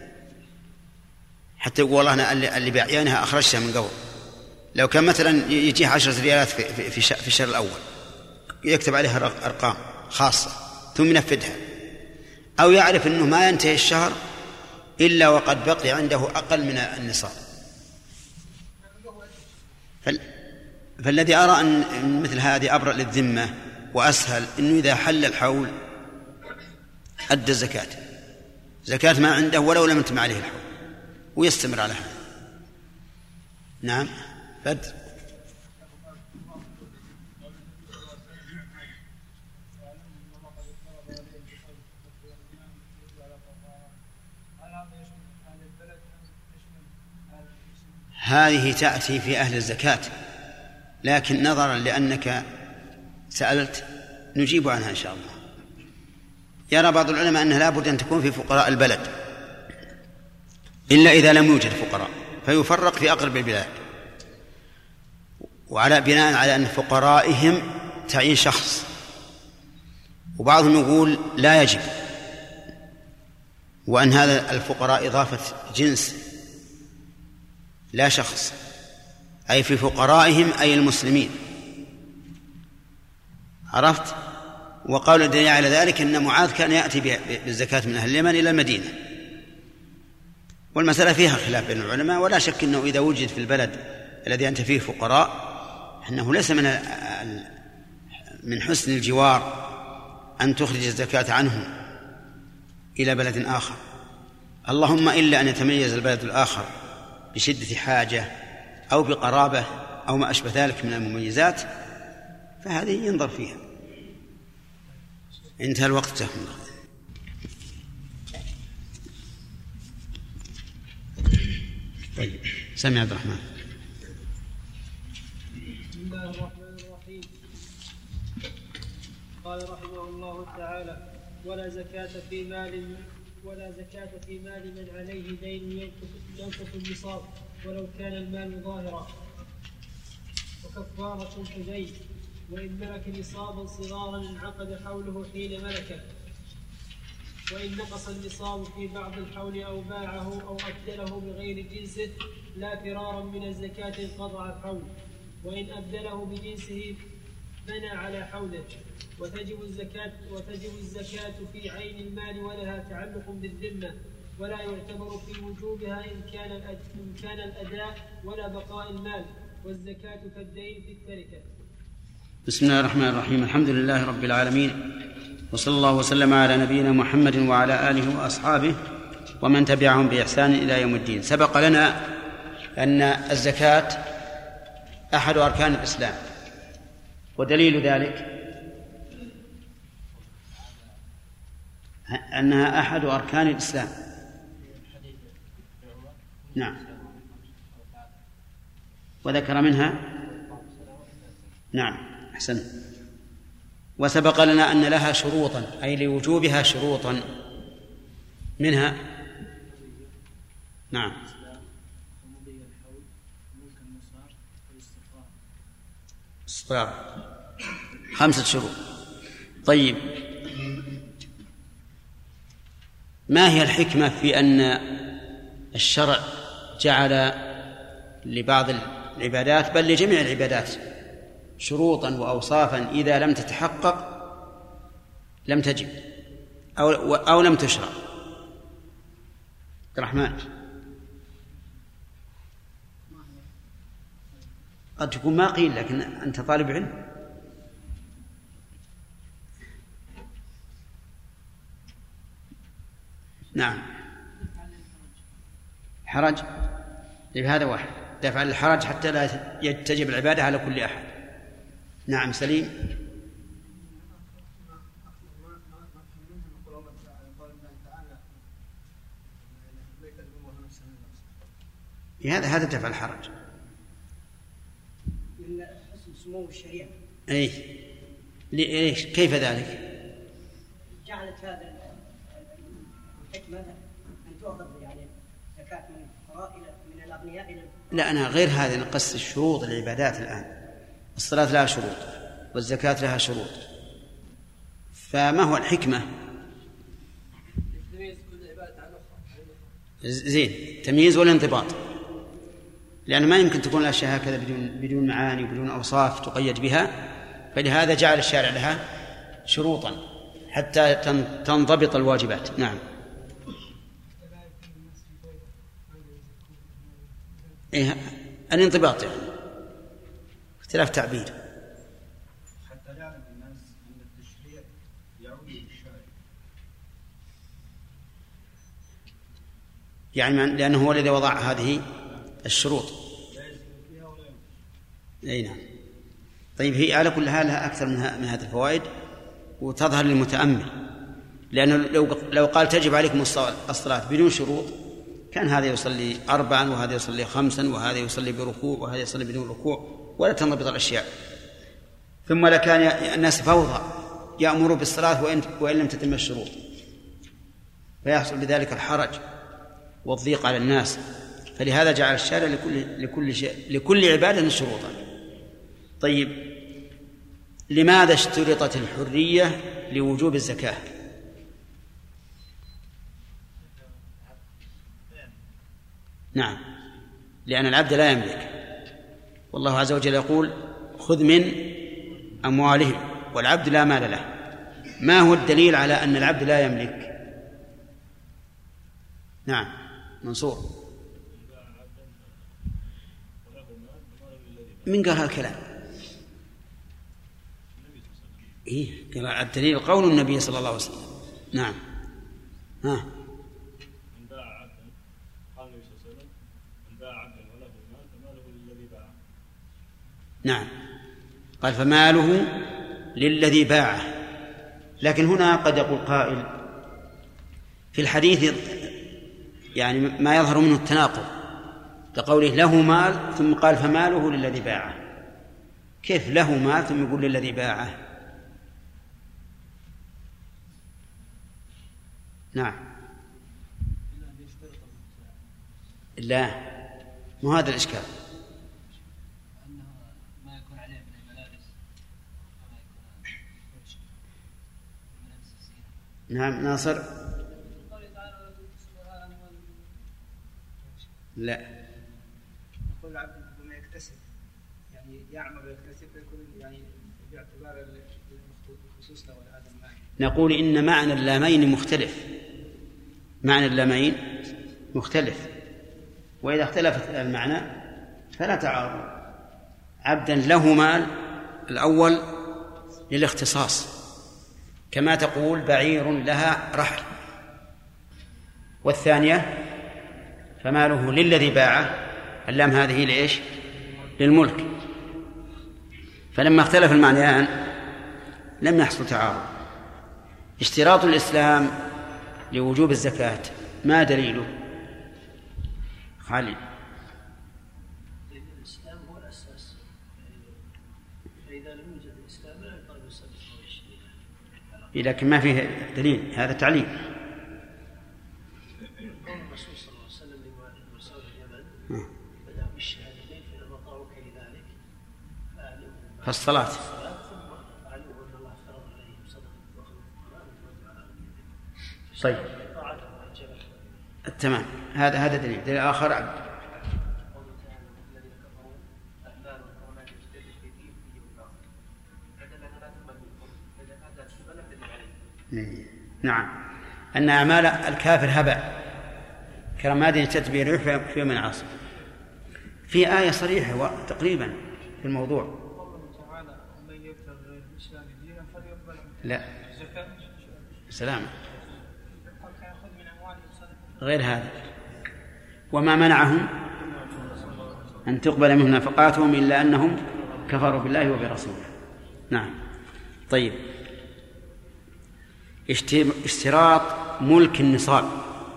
حتى والله أنا اللي بأعيانها أخرجتها من قبل. لو كان مثلا يجيه عشرة ريالات في في في الشهر الأول يكتب عليها أرقام خاصة ثم ينفذها، أو يعرف أنه ما ينتهي الشهر إلا وقد بقي عنده أقل من النصاب. فال... فالذي أرى أن مثل هذه أبرأ للذمة وأسهل، أنه إذا حل الحول أدى الزكاة، زكاة ما عنده ولو لم يتم عليه الحول، ويستمر على هذا. نعم. بدر. هذه تأتي في أهل الزكاة، لكن نظرا لأنك سألت نجيب عنها إن شاء الله. يرى بعض العلماء أنها لا بد أن تكون في فقراء البلد، إلا إذا لم يوجد فقراء فيفرق في أقرب البلاد. وعلى بناء على أن فقرائهم تعين شخص، وبعضهم يقول لا يجب، وأن هذا الفقراء إضافة جنس لا شخص، أي في فقرائهم أي المسلمين. عرفت؟ وقال الدليل على ذلك أن معاذ كان يأتي بالزكاة من أهل اليمن إلى المدينة، والمسألة فيها خلاف بين العلماء، ولا شك أنه إذا وجد في البلد الذي أنت فيه فقراء أنه ليس من من حسن الجوار أن تخرج الزكاة عنهم إلى بلد آخر، اللهم إلا أن يتميز البلد الآخر بشدة حاجة أو بقرابة أو ما أشبه ذلك من المميزات، فهذه ينظر فيها. انتهى الوقت. جزاكم الله خير. طيب سمع عبد الرحمن. بسم الله الرحمن الرحيم. قال رحمه الله تعالى: ولا زكاة في مال ولا زكاة في مال من عليه دين ينقص النصاب ولو كان المال ظاهرا، وكفارة الحدين، وإن ملك نصابا صغارا انعقد حوله حين ملكه، وإن نقص النصاب في بعض الحول أو باعه أو أبدله بغير جنسه لا فرارا من الزكاة انقطع الحول، وإن أبدله بجنسه بنى على حوله. وتجب الزكاة وتجب الزكاة في عين المال ولها تعلق بالذمة، ولا يعتبر في وجوبها إن كان إن كان الأداء ولا بقاء المال، والزكاة كالدين في التركة. بسم الله الرحمن الرحيم. الحمد لله رب العالمين، وصلى الله وسلم على نبينا محمد وعلى آله وأصحابه ومن تبعهم بإحسان إلى يوم الدين. سبق لنا أن الزكاة أحد أركان الإسلام، ودليل ذلك أنها أحد أركان الإسلام. نعم. وذكر منها نعم أحسن. وسبق لنا أن لها شروطا، أي لوجوبها شروطا، منها نعم استقرار، خمسة شروط. طيب، ما هي الحكمة في أن الشرع جعل لبعض العبادات بل لجميع العبادات شروطا وأوصافا إذا لم تتحقق لم تجب أو, أو لم تشرع؟ الرحمن، قد تكون ما قيل لكن أنت طالب علم. نعم. حرج، هذا واحد، دفع الحرج حتى لا تجب العبادة على كل أحد. نعم سليم. هذا هذا دفع الحرج من حسن سمو الشريعة. أي ليش؟ كيف ذلك؟ جعلت هذا الحكمة أن تؤخذ يعني زكاة من الفقراء إلى من الأغنياء إلى. لا، أنا غير هذا، نقص الشروط العبادات الآن. الصلاة لها شروط والزكاة لها شروط، فما هو الحكمة؟ زين، تمييز والانضباط، لأن ما يمكن تكون الأشياء هكذا بدون بدون معاني وبدون أوصاف تقيد بها، فلهذا جعل الشارع لها شروطا حتى تنضبط الواجبات. نعم. إيه الانضباط يعني اختلاف تعبير. حتى يعلم الناس أن التشريع يعود للشارع، يعني لأنه هو الذي وضع هذه الشروط. أي نعم. طيب، هي على كل حال لها أكثر من من هذه الفوائد وتظهر للمتأمل، لأنه لو لو قال تجب عليكم الصلاة بدون شروط كان هذا يصلي أربعا وهذا يصلي خمسا وهذا يصلي بركوع وهذا يصلي بدون ركوع ولا تنضبط الأشياء. ثم لكان الناس فوضى يأمروا بالصلاة وإن, وإن لم تتم الشروط، فيحصل بذلك الحرج والضيق على الناس. فلهذا جعل الشارع لكل لكل شيء لكل عبادة شروطا. طيب، لماذا اشترطت الحرية لوجوب الزكاة؟ نعم، لأن العبد لا يملك، والله عز وجل يقول خذ من أموالهم، والعبد لا مال له. ما هو الدليل على أن العبد لا يملك؟ نعم منصور، من قال هالكلام؟ إيه، قال الدليل قول النبي صلى الله عليه وسلم. نعم. ها. نعم، قال فماله للذي باعه. لكن هنا قد يقول قائل في الحديث يعني ما يظهر منه التناقض، كقوله له مال ثم قال فماله للذي باعه. كيف له مال ثم يقول للذي باعه؟ نعم. لا، مو هذا الإشكال. نعم ناصر. لا، يقول العبد بما يكتسب، يعني يعمل ويكتسب يكون يعني باعتبار الخصوص له هذا المعنى. نقول إن معنى اللامين مختلف، معنى اللامين مختلف، وإذا اختلفت المعنى فلا تعارض. عبدا له مال الأول للاختصاص، كما تقول بعير لها رحل، والثانية فماله للذي باعه، اللام هذه لإيش؟ للملك. فلما اختلف المعنيان لم يحصل تعارض. اشتراط الإسلام لوجوب الزكاة ما دليله؟ خالد. الإسلام هو الأساس، فإذا لم يوجد الإسلام لا يقال الإسلام. لكن ما فيه دليل، هذا تعليل. الرسول صلى الله عليه وسلم لما وصل اليمن بدأ بالشهادتين فلما طاعوا كذلك فالصلاة. طيب تمام، هذا هذا دليل. دليل آخر عبد. نعم، أن أعمال الكافر هباء كرماد تتبع الريح في يوم عاصف. في آية صريحة تقريبا في الموضوع. لا سلام، غير هذا. وما منعهم أن تقبل منهم نفقاتهم إلا أنهم كفروا بالله وبرسوله. نعم. طيب، اشتراط ملك النصاب،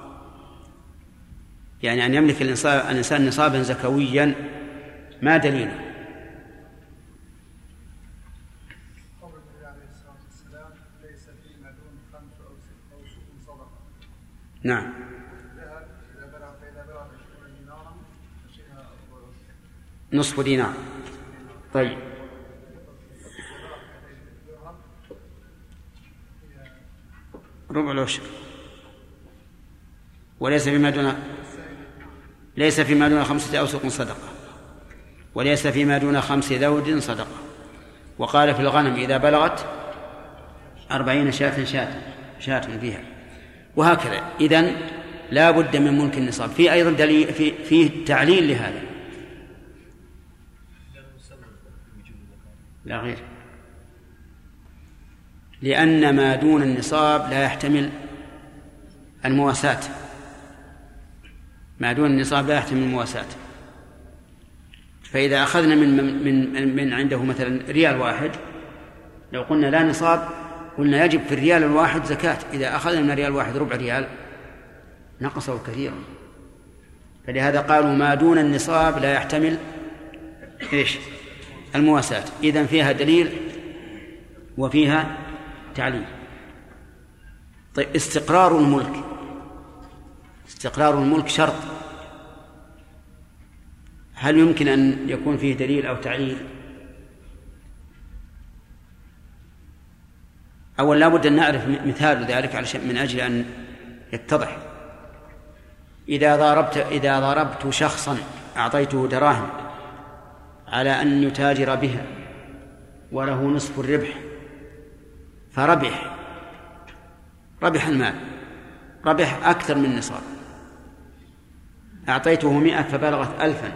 يعني أن يملك الإنسان نصابا زكويا، ما دليله؟ نعم. نصف دينار. طيب، ربع العشر. وليس فيما دون ليس فيما دون خمسة أوسق صدقة، وليس فيما دون خمس ذود صدقة. وقال في الغنم إذا بلغت أربعين شاة شاة شاة فيها، وهكذا. إذن لا بد من ملك النصاب. في أيضا دليل في فيه تعليل لهذا، لا غير، لأن ما دون النصاب لا يحتمل المواساة. ما دون النصاب لا يحتمل المواساة. فإذا أخذنا من من من عنده مثلا ريال واحد، لو قلنا لا نصاب قلنا يجب في الريال الواحد زكاة. إذا أخذنا من الريال واحد ربع ريال نقصه كثيرا. فلهذا قالوا ما دون النصاب لا يحتمل إيش؟ المواساة. إذن فيها دليل وفيها تعليل. طيب، استقرار الملك استقرار الملك شرط. هل يمكن أن يكون فيه دليل أو تعليل؟ أولا لا بد أن نعرف مثال ذلك علشان من أجل أن يتضح. إذا ضربت إذا ضربت شخصا أعطيته دراهم على أن يتاجر بها وله نصف الربح فربح ربح المال، ربح أكثر من نصاب، أعطيته مئة فبلغت ألفا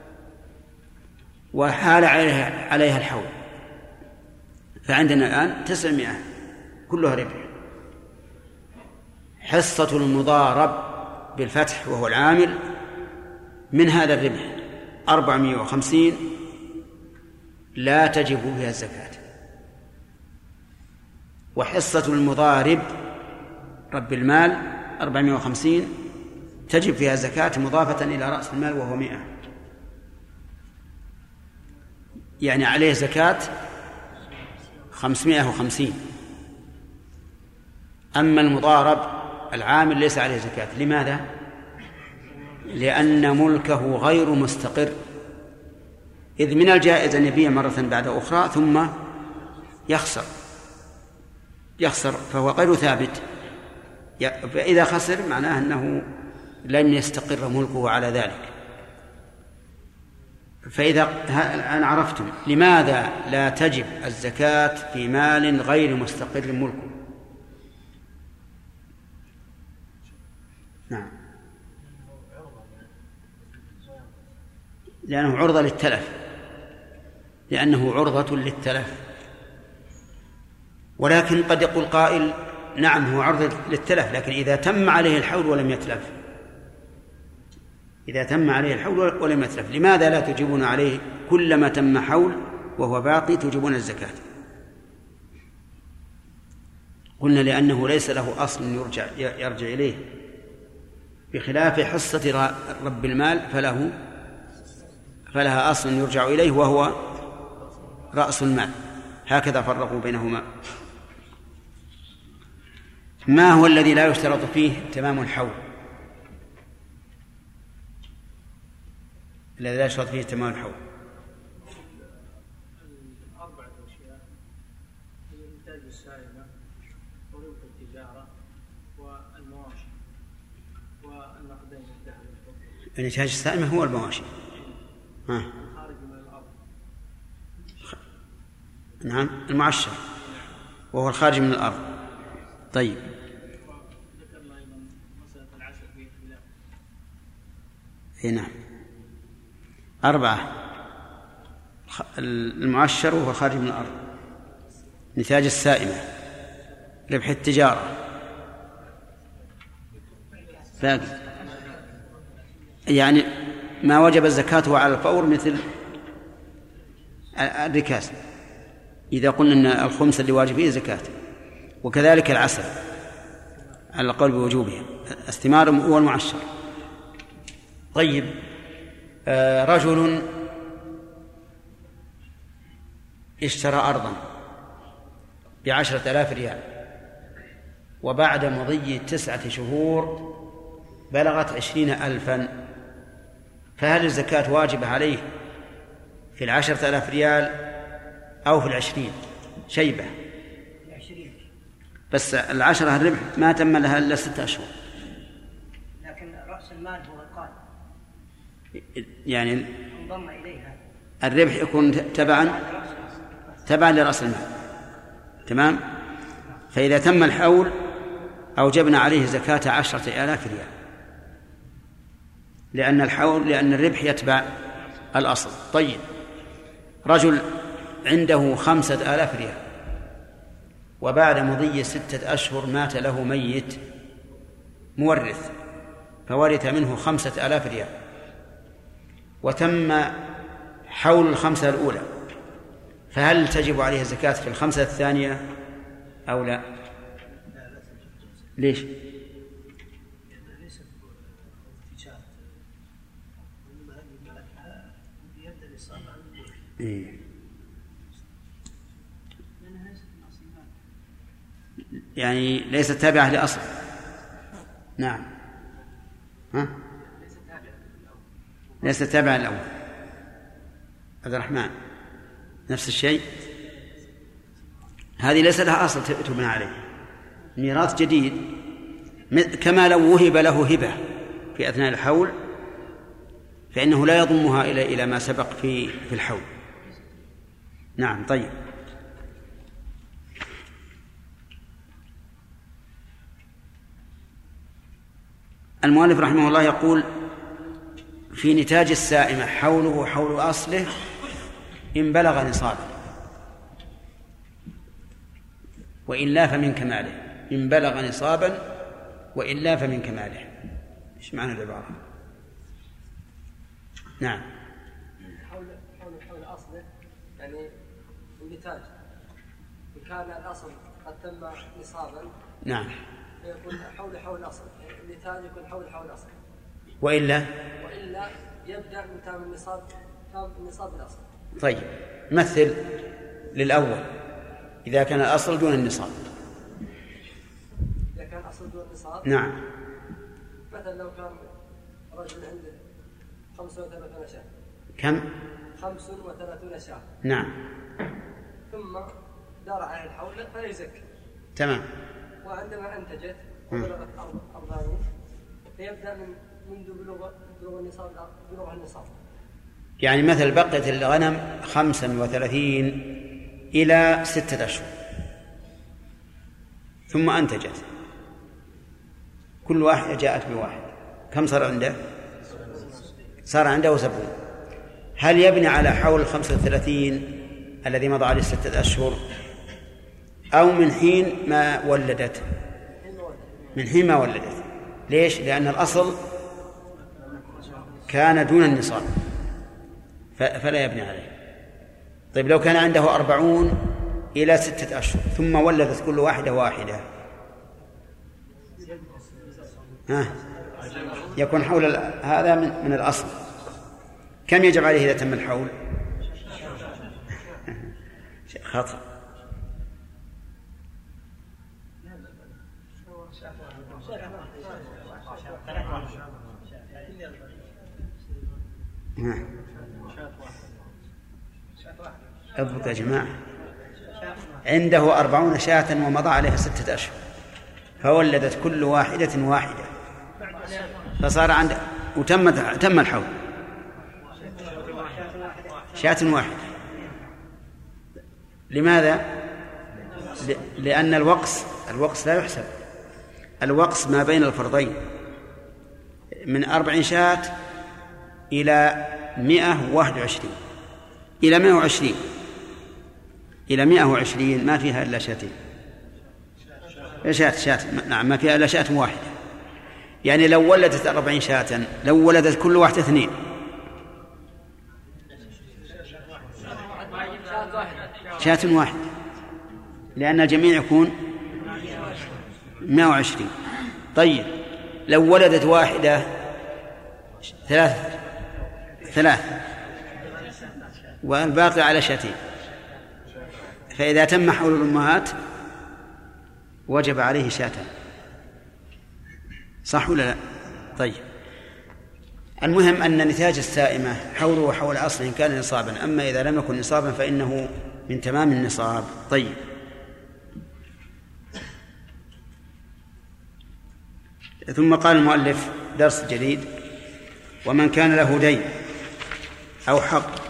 وحال عليها, عليها الحول، فعندنا الآن تسعمائة كلها ربح. حصة المضارب بالفتح وهو العامل من هذا الربح أربعمائة وخمسين لا تجب فيها الزكاة. وحصة المضارب رب المال أربعمائة وخمسين تجب فيها الزكاة مضافة إلى رأس المال وهو مئة، يعني عليه زكاة خمسمائة وخمسين. أما المضارب العامل ليس عليه زكاة. لماذا؟ لأن ملكه غير مستقر، إذ من الجائز أن يبيع مرة بعد أخرى ثم يخسر يخسر فهو غير ثابت. فإذا خسر معناه أنه لن يستقر ملكه على ذلك. فإذا الآن عرفتم لماذا لا تجب الزكاة في مال غير مستقر ملكه. نعم، لأنه عرضة للتلف، لأنه عرضة للتلف. ولكن قد يقول قائل نعم هو عرضة للتلف، لكن إذا تم عليه الحول ولم يتلف، إذا تم عليه الحول ولم يتلف، لماذا لا تجيبون عليه كلما تم حول وهو باقي تجيبون الزكاة؟ قلنا لأنه ليس له أصل يرجع, يرجع إليه، بخلاف حصة رب المال فله فلها أصل يرجع إليه وهو رأس المال. هكذا فرقوا بينهما. ما هو الذي لا يشترط فيه تمام الحول؟ الذي لا يشترط فيه تمام الحول أربعة أشياء: الإنتاج السائمة وربح التجارة والمواشي والنقدين الذهب والفضة. الإنتاج السائمة هو المواشي. ها. الخارج من الأرض. نعم، المعشر وهو الخارج من الأرض. طيب. ذكرنا أيضا مسألة العشر في البلاد. اي نعم. أربعة: المعشر وهو خارج من الأرض، نتاج السائمة، ربح التجارة، باقي يعني ما وجب الزكاة على الفور مثل الركاز إذا قلنا أن الخمس اللي واجب فيه زكاة، وكذلك العسل على القول بوجوبها، الثمار هو المعشر. طيب، آه رجل اشترى أرضا بعشرة آلاف ريال، وبعد مضي تسعة شهور بلغت عشرين ألفا، فهل الزكاة واجبة عليه في العشرة آلاف ريال أو في العشرين؟ شيبة بس العشرة الربح ما تم لها إلا ستة أشهر، لكن رأس المال هو القائم يعني انضم إليها، الربح يكون تبعا تبعا لرأس المال. تمام. فإذا تم الحول أوجبنا عليه زكاة عشرة آلاف ريال، لأن الحول لأن الربح يتبع الأصل. طيب، رجل عنده خمسة آلاف ريال، وبعد مضي ستة أشهر مات له ميت مورث فورث منه خمسة آلاف ريال، وتم حول الخمسة الأولى، فهل تجب عليه الزكاة في الخمسة الثانية أو لا؟ ليش؟ إيه. يعني ليست تابعة لأصل. نعم. ها؟ ليست تابعة للأول. عبد الرحمن نفس الشيء. هذه ليس لها أصل تبنى عليه، ميراث جديد، كما لو وهب له هبة في أثناء الحول فإنه لا يضمها إلى إلى ما سبق في في الحول. نعم. طيب. المؤلف رحمه الله يقول في نتاج السائمة حوله حول أصله إن بلغ نصابا، وإلا فمن كماله. إن بلغ نصابا وإلا فمن كماله. إيش معنى العبارة؟ نعم. حول حول حول أصله يعني النتاج، إن كان الأصل قد تم نصابا نعم يكون حول حول الأصل، النتاج يكون حول حول الأصل، وإلا وإلا يبدأ من تام النصاب تام النصاب الأصل. طيب مثل للأول إذا كان الأصل دون النصاب. إذا كان الأصل دون النصاب نعم. مثلا لو كان رجل عنده خمسة وثلاثون شاة. كم؟ خمس وثلاثون شاة. نعم. ثم دار عليه الحول فلا يزكي. تمام. وعندما أنتجت وبلغت أربعين فيبدأ من منذ بلوغ بلوغ النصاب بلوغ النصاب. يعني مثل بقيت الغنم خمسا وثلاثين إلى ستة أشهر ثم أنتجت، كل واحدة جاءت بواحد، كم صار عنده؟ صار عنده سبعون. هل يبني على حول خمسة وثلاثين الذي مضى عليه ستة أشهر أو من حين ما ولدت؟ من حين ما ولدت. ليش؟ لأن الأصل كان دون النصاب فلا يبني عليه. طيب لو كان عنده أربعون إلى ستة أشهر ثم ولدت كل واحدة واحدة، ها يكون حول هذا من, من الأصل. كم يجب عليه إذا تم الحول؟ خطأ. اضبط يا جماعة. عنده أربعون شاة ومضى عليها ستة أشهر فولدت كل واحدة واحدة فصار عنده وتم تم الحول شاة واحدة. لماذا؟ لأن الوقص الوقص لا يحسب. الوقص ما بين الفرضين من أربعين شاة إلى مئة وواحد وعشرين إلى مئة وعشرين إلى مئة وعشرين ما فيها إلا شاتين شات شات نعم ما فيها إلا شاة واحدة. يعني لو ولدت أربعين شاة لو ولدت كل واحدة اثنين شاة واحدة لأن الجميع يكون مئة وعشرين. طيب لو ولدت واحدة ثلاث ثلاث والباقي على شاتين فإذا تم حول الأمهات وجب عليه شاتان. صح ولا لا؟ طيب المهم أن نتاج السائمة حوله وحول أصل إن كان نصابا، أما إذا لم يكن نصابا فإنه من تمام النصاب. طيب ثم قال المؤلف درس جديد: ومن كان له دين أو حق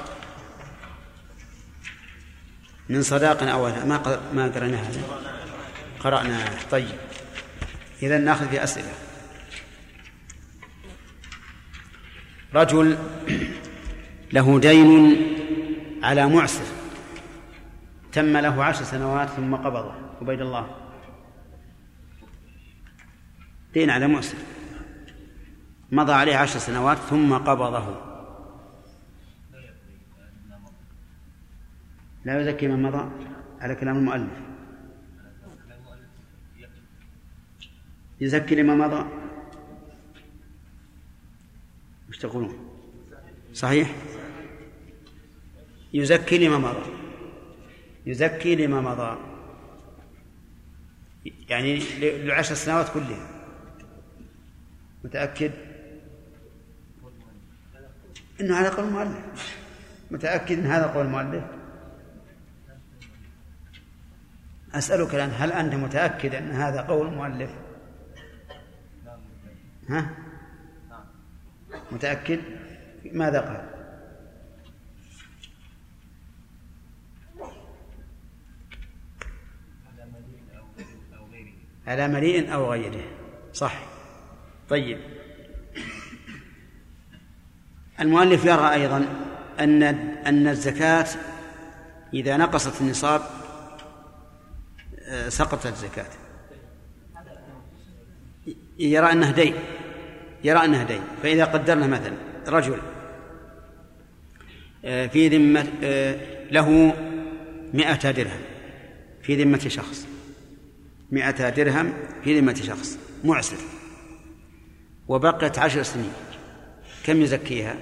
من صداق أو ما ما قرأنا هذا قرأنا. طيب إذا نأخذ في أسئلة. رجل له دين على معسر تم له عشر سنوات ثم قبضه. عبيد الله، دين على معسر مضى عليه عشر سنوات ثم قبضه، لا يزكي من مضى على كلام المؤلف، يزكي لما مضى. وش تقولون؟ صحيح، يزكي لما مضى، يزكي لما مضى يعني لعشر سنوات كلها. متأكد إنه على قول المؤلف؟ متأكد إن هذا قول المؤلف؟ أسألك الآن، هل أنت متأكد أن هذا قول المؤلف؟ ها؟ متأكد؟ ماذا قال؟ على مليء أو غيره، صح. طيب، المؤلف يرى أيضا أن أن الزكاة إذا نقصت النصاب سقطت الزكاة. يرى أنه دين، يرى أنه دين. فإذا قدرنا مثلا رجل في ذمة له مئة درهم في ذمة شخص، مئة درهم في ذمة شخص معسر، وبقت عشر سنين، كم يزكيها؟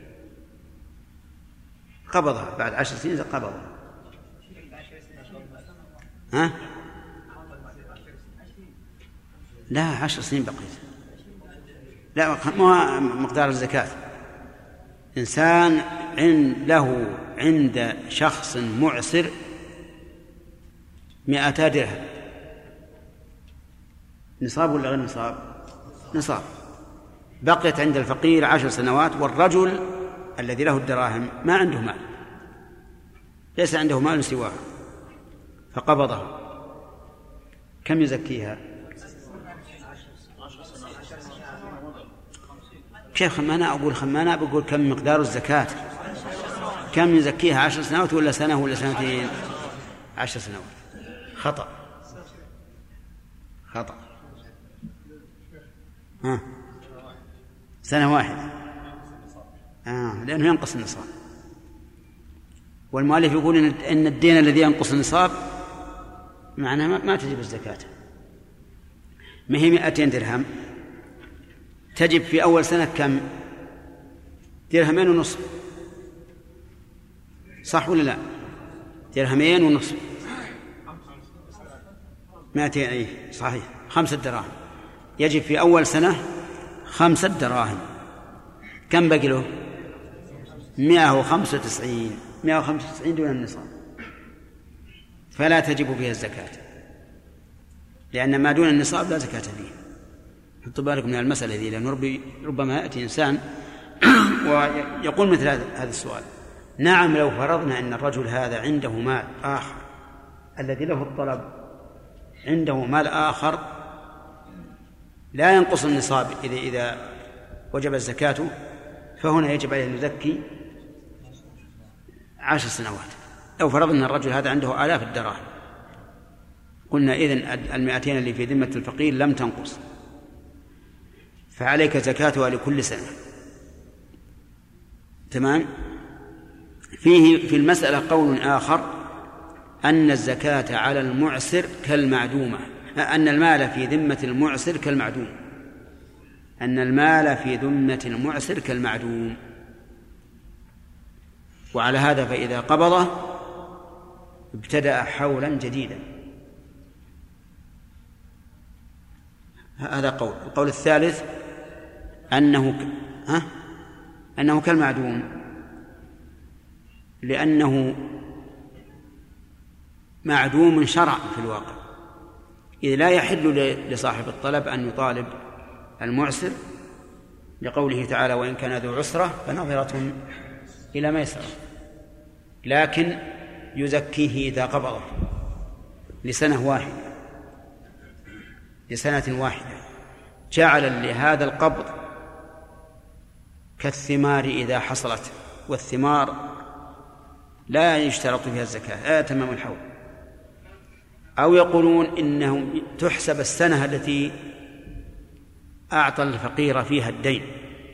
قبضها بعد عشر سنين، قبضها. ها؟ لا، عشر سنين بقيت. لا، ما مقدار الزكاة. إنسان عند له عند شخص معسر مئتا درهم، نصاب ولا غير نصاب؟ نصاب. بقيت عند الفقير عشر سنوات، والرجل الذي له الدراهم ما عنده مال، ليس عنده مال سواه، فقبضه، كم يزكيها؟ شيخ ما أنا أقول خمانا بقول كم مقدار الزكاة، كم يزكيها؟ عشر سنوات ولا سنة ولا سنتين؟ عشر سنوات. خطأ، خطأ. ها، سنة واحدة. آه لأنه ينقص النصاب. والمؤلف يقول إن الدين الذي ينقص النصاب معناه ما تجب الزكاة. ما هي مئتين درهم، تجب في أول سنة كم؟ درهمين ونصف، صح ولا لا؟ درهمين ونصف، مئتين، أيه صحيح، خمسة دراهم. يجب في أول سنة خمسة دراهم، كم بقي له؟ مئة وخمسة وتسعين، مئة وخمسة وتسعين دون النصاب، فلا تجب فيها الزكاة، لأن ما دون النصاب لا زكاة فيه. حطوا بالكم من المسألة هذه، لأن ربما يأتي إنسان ويقول مثل هذا السؤال. نعم، لو فرضنا أن الرجل هذا عنده مال آخر، الذي له الطلب عنده مال آخر لا ينقص النصاب إذا إذا وجب الزكاة، فهنا يجب عليه أن يزكي عشر سنوات. لو فرضنا أن الرجل هذا عنده آلاف الدراهم، قلنا إذن المئتين اللي في ذمة الفقير لم تنقص، فعليك زكاتها لكل سنة. تمام. فيه في المسألة قول آخر، أن الزكاة على المعسر كالمعدومة، أن المال في ذمة المعسر كالمعدوم، أن المال في ذمة المعسر كالمعدوم. وعلى هذا فإذا قبضه ابتدأ حولا جديدا. هذا قول. القول الثالث أنه ك... ها؟ أنه كالمعدوم، لأنه معدوم شرعا في الواقع، إذ لا يحل لصاحب الطلب أن يطالب المعسر، لقوله تعالى: وإن كان ذو عسرة فنظرة إلى ميسرة، لكن يزكيه إذا قبضه لسنة واحدة، لسنة واحدة، جعل لهذا القبض كالثمار إذا حصلت، والثمار لا يشترط فيها الزكاة، لا تمام الحول. أو يقولون إنه تحسب السنة التي أعطى الفقير فيها الدين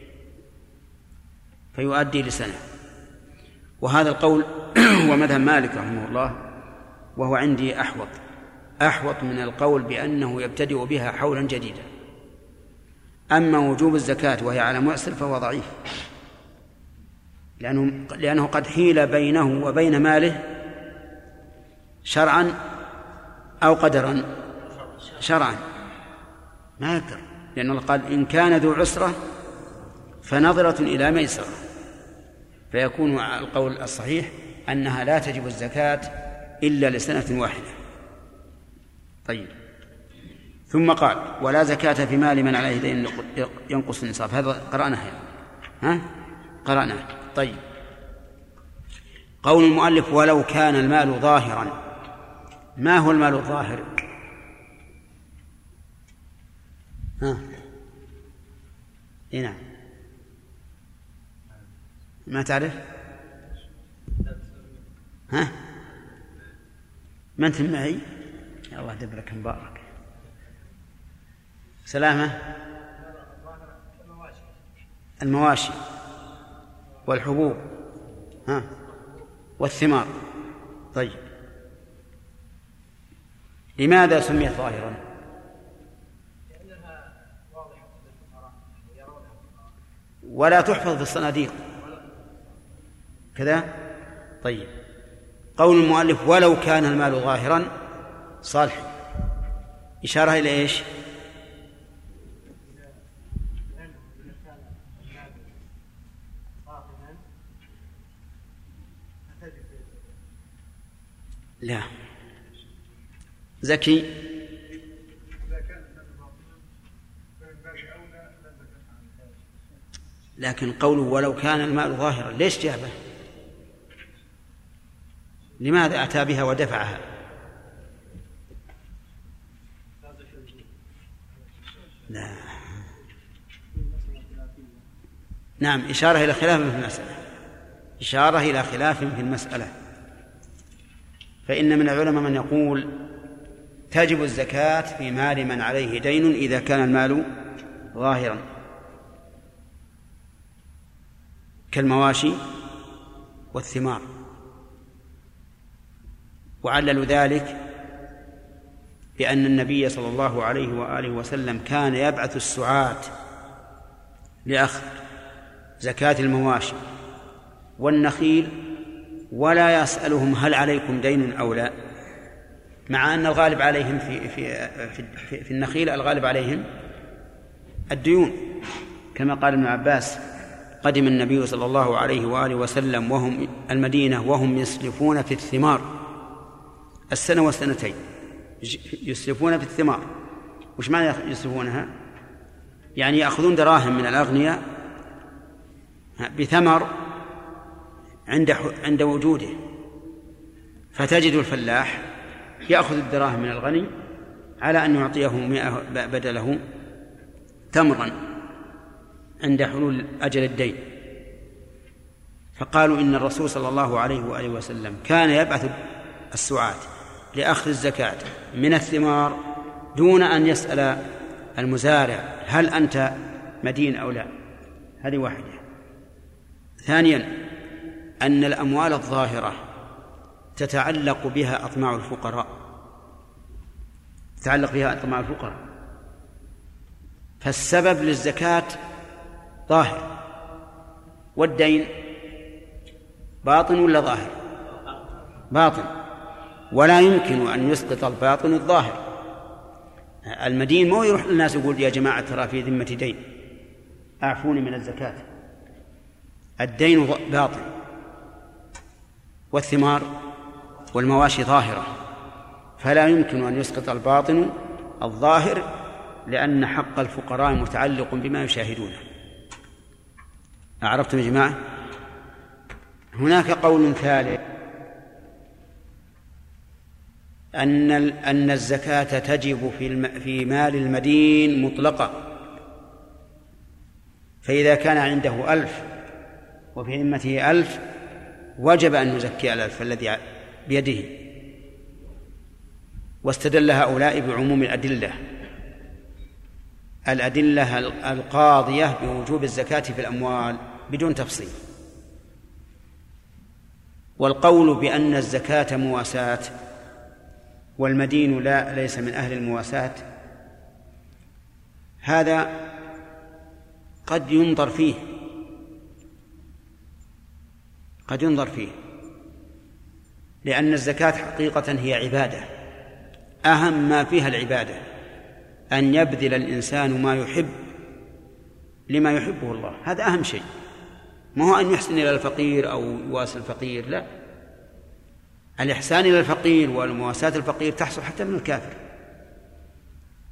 فيؤدي لسنة. وهذا القول هو مذهب مالك رحمه الله، وهو عندي أحوط أحوط من القول بأنه يبتدئ بها حولا جديدا. أما وجوب الزكاة وهي على معسر فهو ضعيف، لأنه, لأنه قد حيل بينه وبين ماله شرعا أو قدرا. شرعا ما يقدر، لأنه قال: إن كان ذو عسرة فنظرة إلى ميسرة، فيكون القول الصحيح أنها لا تجب الزكاة إلا لسنة واحدة. طيب. ثم قال ولا زكاة في مال من عليه دين ينقص النصاب. هذا قرأناه ها قرأناه. طيب. قول المؤلف ولو كان المال ظاهرا. ما هو المال الظاهر؟ ها إيه نعم ما تعرف؟ ها ما أنت معي؟ يا الله دبرك مبارك. سلامة. المواشي والحبوب ها والثمار. طيب. لماذا سميت ظاهرا؟ ولا تحفظ في الصناديق كذا. طيب. قول المؤلف ولو كان المال ظاهرا صالح إشارة إلى إيش؟ لا زكي. لكن قوله ولو كان المال ظاهرا ليش جابه؟ لماذا أتى بها ودفعها؟ لا. نعم إشارة إلى خلاف في المسألة. إشارة إلى خلاف في المسألة. فإن من العلماء من يقول تجب الزكاة في مال من عليه دين إذا كان المال ظاهرا كالمواشي والثمار. وعللوا ذلك بأن النبي صلى الله عليه وآله وسلم كان يبعث السعاة لأخذ زكاة المواشي والنخيل ولا يسألهم هل عليكم دين أو لا، مع أن الغالب عليهم في, في, في, في النخيل الغالب عليهم الديون، كما قال ابن عباس قدم النبي صلى الله عليه وآله وسلم وهم المدينة وهم يسلفون في الثمار السنة والسنتين، يسلفون في الثمار. وش معنى يسلفونها؟ يعني يأخذون دراهم من الأغنياء بثمر عند عند وجوده، فتجد الفلاح يأخذ الدراهم من الغني على أن يعطيه مئة بدله تمرا عند حلول أجل الدين. فقالوا إن الرسول صلى الله عليه وآله وسلم كان يبعث السعاة لأخذ الزكاة من الثمار دون أن يسأل المزارع هل أنت مدين أو لا. هذه واحدة. ثانيا أن الأموال الظاهرة تتعلق بها أطماع الفقراء، تتعلق بها أطماع الفقراء، فالسبب للزكاة ظاهر، والدين باطن ولا ظاهر؟ باطن، ولا يمكن أن يسقط الباطن الظاهر. المدين مو يروح للناس يقول يا جماعة ترى في ذمة دين أعفوني من الزكاة. الدين باطن، والثمار والمواشي ظاهرة، فلا يمكن أن يسقط الباطن الظاهر، لأن حق الفقراء متعلق بما يشاهدونه. أعرفتم يا جماعة؟ هناك قول ثالث أن أن الزكاة تجب في في مال المدين مطلقة، فإذا كان عنده ألف وفي ذمته ألف وجب أن يزكي الألف الذي بيده. واستدل هؤلاء بعموم الأدلة الأدلة القاضية بوجوب الزكاة في الأموال بدون تفصيل. والقول بأن الزكاة مواساة والمدين لا ليس من أهل المواساة هذا قد ينظر فيه قد ينظر فيه لأن الزكاة حقيقة هي عبادة، أهم ما فيها العبادة، أن يبذل الإنسان ما يحب لما يحبه الله، هذا أهم شيء. ما هو أن يحسن إلى الفقير أو يواسي الفقير، لا، الإحسان إلى الفقير والمواساة الفقير تحصل حتى من الكافر.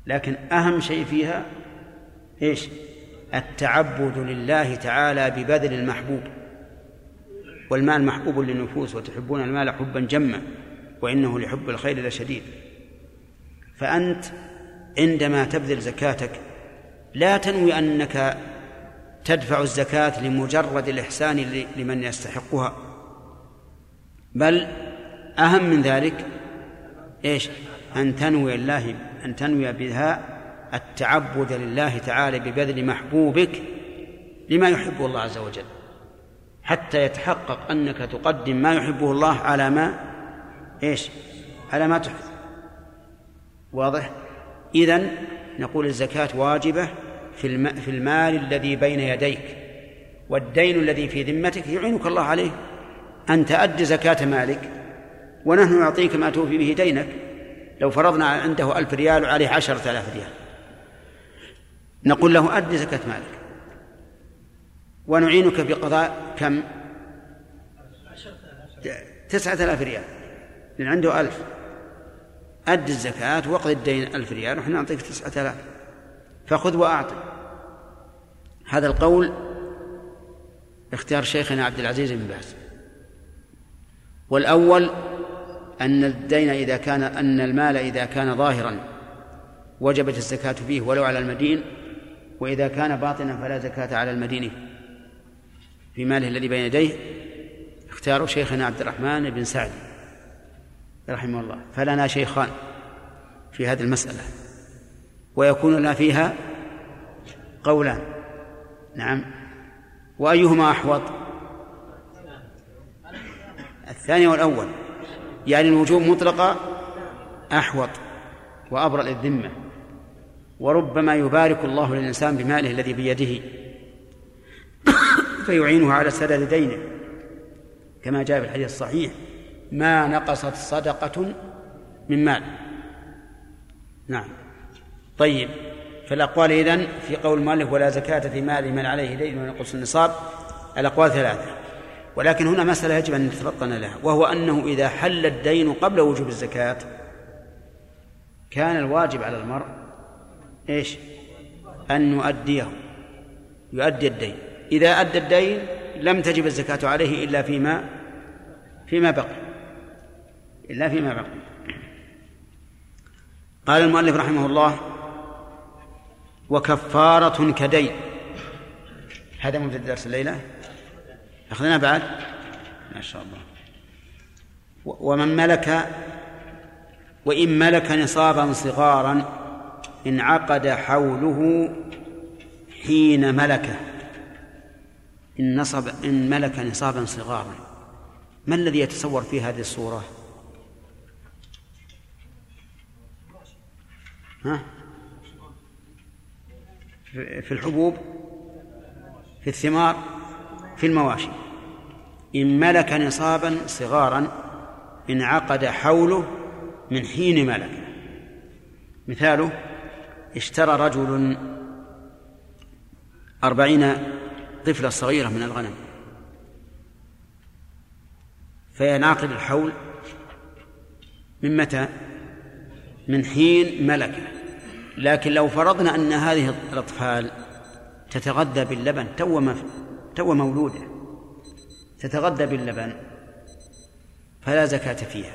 لكن أهم شيء فيها إيش؟ التعبد لله تعالى ببذل المحبوب، والمال محبوب للنفوس وتحبون المال حبا جما وإنه لحب الخير لشديد. فأنت عندما تبذل زكاتك لا تنوي أنك تدفع الزكاة لمجرد الإحسان لمن يستحقها، بل أهم من ذلك إيش؟ أن تنوي الله أن تنوي بها التعبد لله تعالى ببذل محبوبك لما يحبه الله عز وجل، حتى يتحقق أنك تقدم ما يحبه الله على ما إيش؟ على ما تحب. واضح؟ إذن نقول الزكاة واجبة في في المال الذي بين يديك، والدين الذي في ذمتك يعينك الله عليه أن تؤدي زكاة مالك، ونحن نعطيك ما توفي به دينك. لو فرضنا عنده ألف ريال وعليه عشرة آلاف ريال، نقول له أدي زكاة مالك، ونعينك بقضاء كم؟ تسعة آلاف ريال، لأن عنده ألف، أدي الزكاة وقضي الدين ألف ريال ونحن نعطيك تسعة آلاف، فخذ وأعطي. هذا القول اختيار شيخنا عبد العزيز بن باز. والأول أن الدين إذا كان أن المال إذا كان ظاهرا وجبت الزكاة فيه ولو على المدين، وإذا كان باطنا فلا زكاة على المدين في ماله الذي بين يديه. اختيار شيخنا عبد الرحمن بن سعد رحمه الله. فلنا شيخان في هذه المسألة، ويكون لنا فيها قولان. نعم. وأيهما أحوط؟ الثاني والأول، يعني الوجوب مطلقة أحوط وأبرأ للذمة، وربما يبارك الله للإنسان بماله الذي بيده فيعينه على سداد دينه، كما جاء في الحديث الصحيح: ما نقصت صدقة من مال. نعم. طيب، فالأقوال إذن في قول المؤلف ولا زكاة في مال من عليه دين ونقص النصاب، الأقوال ثلاثة، ولكن هنا مسألة يجب أن نتفطن لها، وهو أنه إذا حل الدين قبل وجوب الزكاة كان الواجب على المرء إيش؟ أن يؤديه، يؤدي الدين. إذا أدى الدين لم تجب الزكاة عليه إلا فيما فيما بقي إلا فيما بقي. قال المؤلف رحمه الله: وكفارة كدين. هذا مبتدأ درس الليلة، أخذنا بعد ما شاء الله. ومن ملك وإن ملك نصابا صغارا انعقد حوله حين ملكه. إن, نصب إن ملك نصابا صغارا، ما الذي يتصور في هذه الصورة؟ ها؟ في الحبوب، في الثمار، في المواشي. إن ملك نصابا صغارا انعقد حوله من حين ملكه. مثاله: اشترى رجل أربعين طفلة صغيرة من الغنم، فينعقد الحول من متى؟ من حين ملكه. لكن لو فرضنا أن هذه الأطفال تتغذى باللبن تو مولودة تتغذى باللبن فلا زكاة فيها.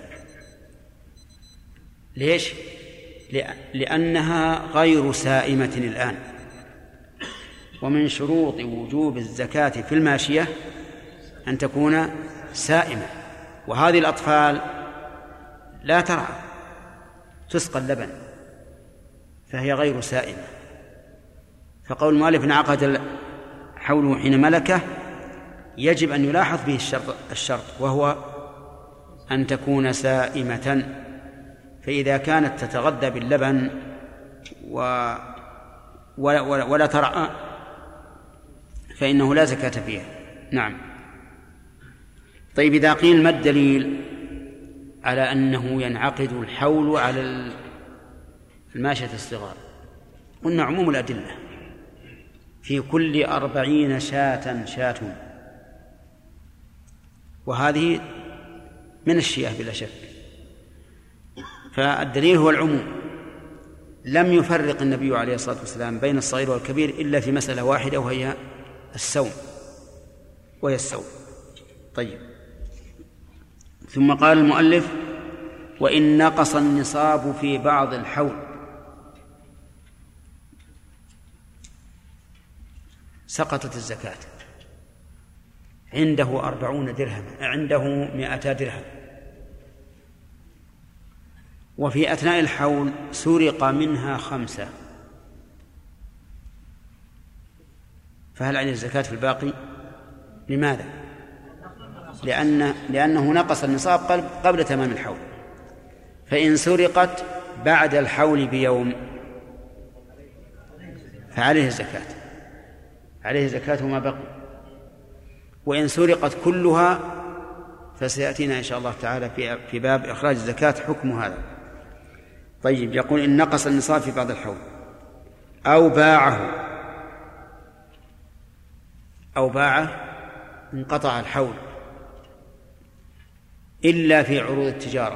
ليش؟ لأنها غير سائمة الآن، ومن شروط وجوب الزكاة في الماشية أن تكون سائمة، وهذه الأطفال لا ترعى، تسقى اللبن، فهي غير سائمة. فقول المؤلف انعقد حوله حين ملكه يجب أن يلاحظ به الشرط, الشرط وهو أن تكون سائمة. فإذا كانت تتغذى باللبن و ولا, ولا, ولا ترعى فإنه لا زكاة فيها. نعم. طيب، إذا قيل ما الدليل على أنه ينعقد الحول على الماشية الصغار؟ قلنا عموم الأدلة: في كل أربعين شاة شاة، وهذه من الشياه بلا شك، فالدليل هو العموم. لم يفرق النبي عليه الصلاة والسلام بين الصغير والكبير إلا في مسألة واحدة وهي السوم وهي السوم. طيب، ثم قال المؤلف: وإن نقص النصاب في بعض الحول سقطت الزكاة. عنده أربعون درهم، عنده مائتا درهم، وفي أثناء الحول سرق منها خمسة، فهل عليه الزكاة في الباقي؟ لماذا؟ لأن لأنه نقص النصاب قبل تمام الحول، فإن سرقت بعد الحول بيوم فعليه الزكاة، عليه زكاة ما بقي. وإن سرقت كلها فسيأتينا إن شاء الله تعالى في في باب إخراج الزكاة حكم هذا. طيب، يقول: إن نقص النصاب في بعض الحول أو باعه أو باعه انقطع الحول إلا في عروض التجارة،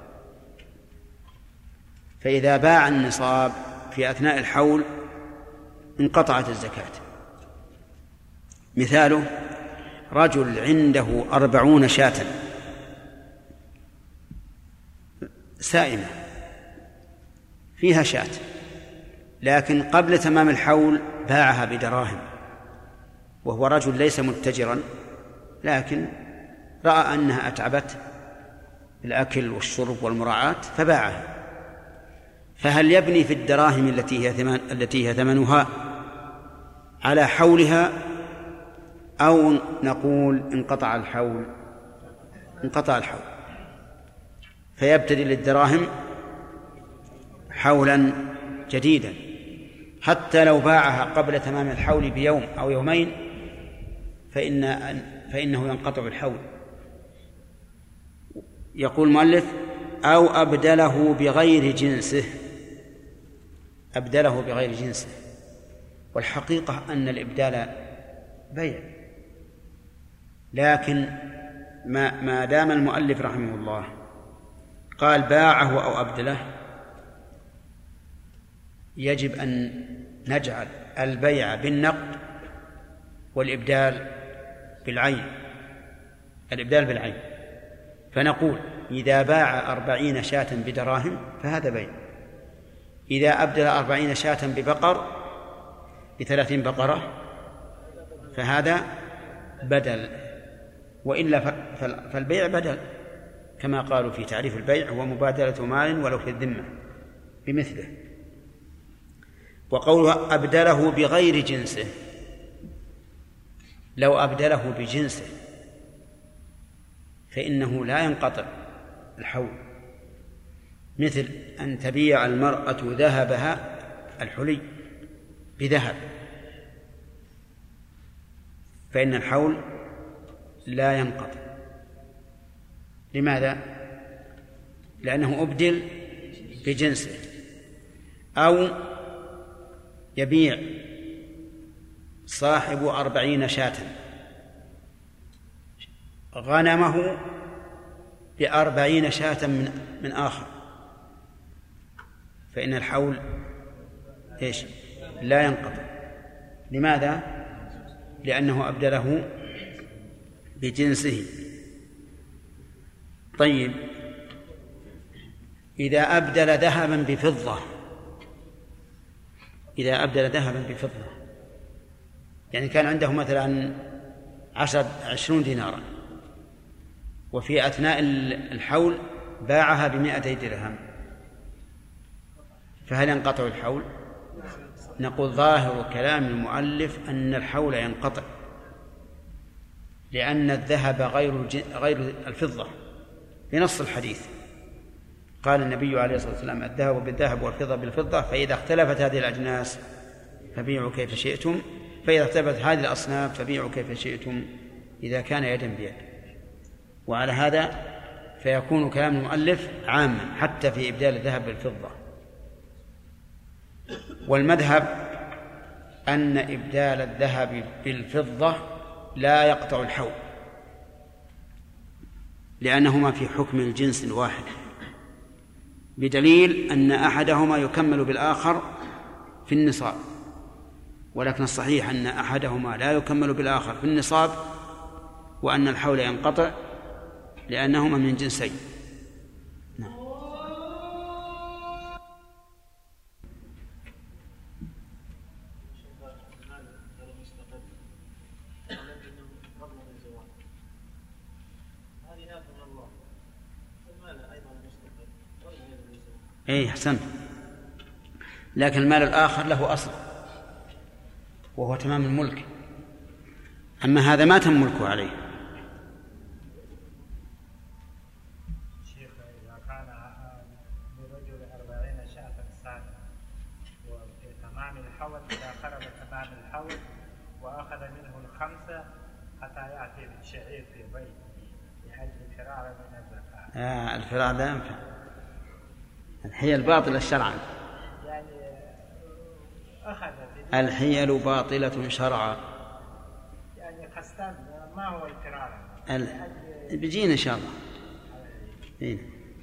فإذا باع النصاب في أثناء الحول انقطعت الزكاة. مثاله: رجل عنده أربعون شاة سائمة فيها شاة، لكن قبل تمام الحول باعها بدراهم، وهو رجل ليس متجرا، لكن رأى أنها أتعبت الأكل والشرب والمراعاة فباعها، فهل يبني في الدراهم التي هي ثمن التي هي ثمنها على حولها، أو نقول انقطع الحول؟ انقطع الحول، فيبتدي للدراهم حولا جديدا، حتى لو باعها قبل تمام الحول بيوم أو يومين فإن فإنه ينقطع الحول. يقول المؤلف: أو أبدله بغير جنسه. أبدله بغير جنسه، والحقيقة أن الإبدال بيع، لكن ما, ما دام المؤلف رحمه الله قال باعه أو أبدله، يجب أن نجعل البيع بالنقد والإبدال بالعين، الإبدال بالعين. فنقول: إذا باع أربعين شاة بدراهم فهذا بيع، إذا أبدل أربعين شاة ببقر بثلاثين بقرة فهذا بدل، وإلا فالبيع بدل، كما قالوا في تعريف البيع: هو مبادلة مال ولو في الذمة بمثله. وقوله أبدله بغير جنسه، لو أبدله بجنسه فإنه لا ينقطع الحول، مثل أن تبيع المرأة ذهبها الحلي بذهب، فإن الحول لا ينقطع. لماذا؟ لأنه أبدل بجنسه. أو يبيع صاحب أربعين شاة غنمه بأربعين شاة من, من آخر، فإن الحول إيش؟ لا ينقطع. لماذا؟ لأنه أبدله بجنسه. طيب، إذا أبدل ذهبا بفضة، إذا أبدل ذهبا بفضة، يعني كان عنده مثلا عشر عشرون دينارا، وفي أثناء الحول باعها بمائتي درهم، فهل ينقطع الحول؟ نقول: ظاهر كلام المؤلف أن الحول ينقطع، لأن الذهب غير غير الفضة بنص الحديث. قال النبي عليه الصلاة والسلام: الذهب بالذهب والفضة بالفضة، فإذا اختلفت هذه الأجناس فبيعوا كيف شئتم، فإذا اختلفت هذه الأصناف فبيعوا كيف شئتم، إذا كان يدا بيد. وعلى هذا فيكون كلام المؤلف عاما حتى في إبدال الذهب بالفضة. والمذهب أن إبدال الذهب بالفضة لا يقطع الحول، لأنهما في حكم الجنس الواحد، بدليل أن أحدهما يكمل بالآخر في النصاب، ولكن الصحيح أن أحدهما لا يكمل بالآخر في النصاب، وأن الحول ينقطع لأنهما من جنسين. نعم. اي احسنت، لكن المال الآخر له أصل وهو تمام الملك، أما هذا ما تم ملكه عليه. شيخ إذا كان لرجل أربعين شاة سنة وفي تمام الحول، إذا خرج تمام الحول وأخذ منه الخمسة حتى يأتي بالشعير في بيته لأجل فرار من الزكاة. آه الفرار لا ينفع، الحيل باطلة شرعا. يعني أخذ الحيل باطلة شرعا. يعني قصدان ما هو الفرار؟ ال... بيجينا إن شاء الله. إيه.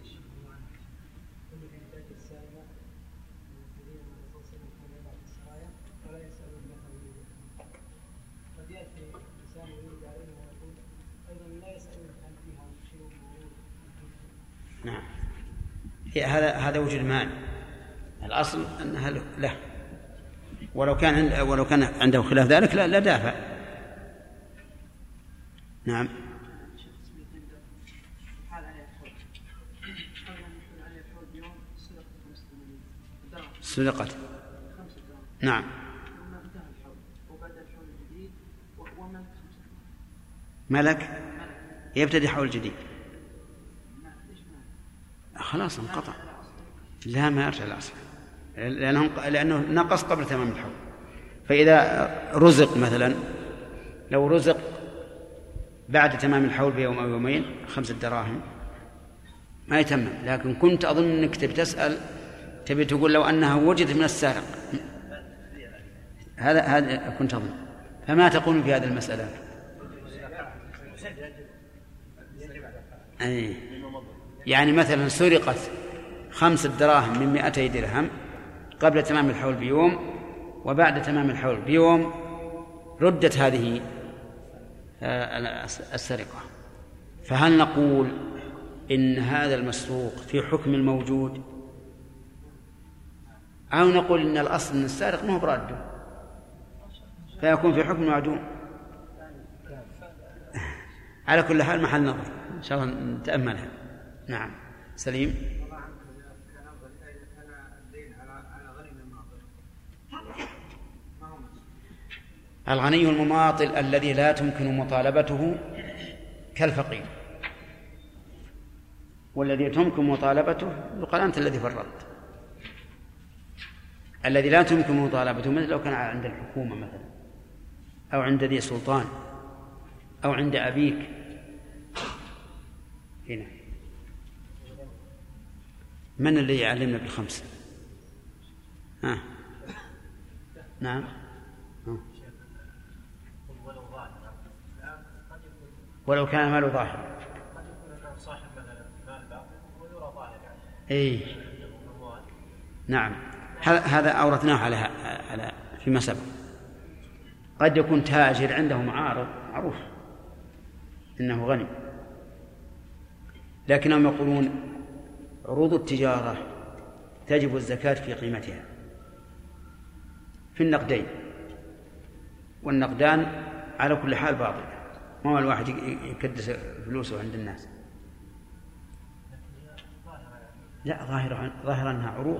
نعم، هذا هذا وجود مال، الأصل أنها له، ولو كان ولو كان عنده خلاف ذلك لا لا دافع. نعم. سرقت. نعم. ملك يبتدي حول جديد، خلاص انقطع. لا ما يرجع الأصل، لأنه لأنه نقص قبل تمام الحول. فإذا رزق مثلا، لو رزق بعد تمام الحول بيوم أو يومين خمسة دراهم ما يتمم، لكن كنت أظن أنك تبي تسأل، تبي تقول لو أنها وجدت من السارق، هذا هذا كنت أظن. فما تقول في هذه المسألة؟ أي يعني مثلا سرقت خمسة دراهم من مئتي درهم قبل تمام الحول بيوم، وبعد تمام الحول بيوم ردت هذه السرقة، فهل نقول إن هذا المسروق في حكم الموجود، أو نقول إن الأصل أن السارق ما هو براده فيكون في حكم المعدوم؟ على كل حال محل نظر إن شاء الله نتأملها. نعم. سليم. الغني المماطل الذي لا تمكن مطالبته كالفقير، والذي تمكن مطالبته يقال أنت الذي فرطت. الذي لا تمكن مطالبته مثل لو كان عند الحكومة مثلا، أو عند ذي سلطان، أو عند أبيك. هنا من اللي يعلمنا بالخمس؟ ها. نعم. ها. ولو كان ماله ظاهر. اي نعم، هذا أورثناه على على فيما سبق. قد يكون تاجر عنده معارض معروف إنه غني، لكنهم يقولون عروض التجارة تجب الزكاة في قيمتها في النقدين، والنقدان على كل حال باطل، ما هو الواحد يكدس فلوسه عند الناس. لا، ظاهر ظاهر أنها عروض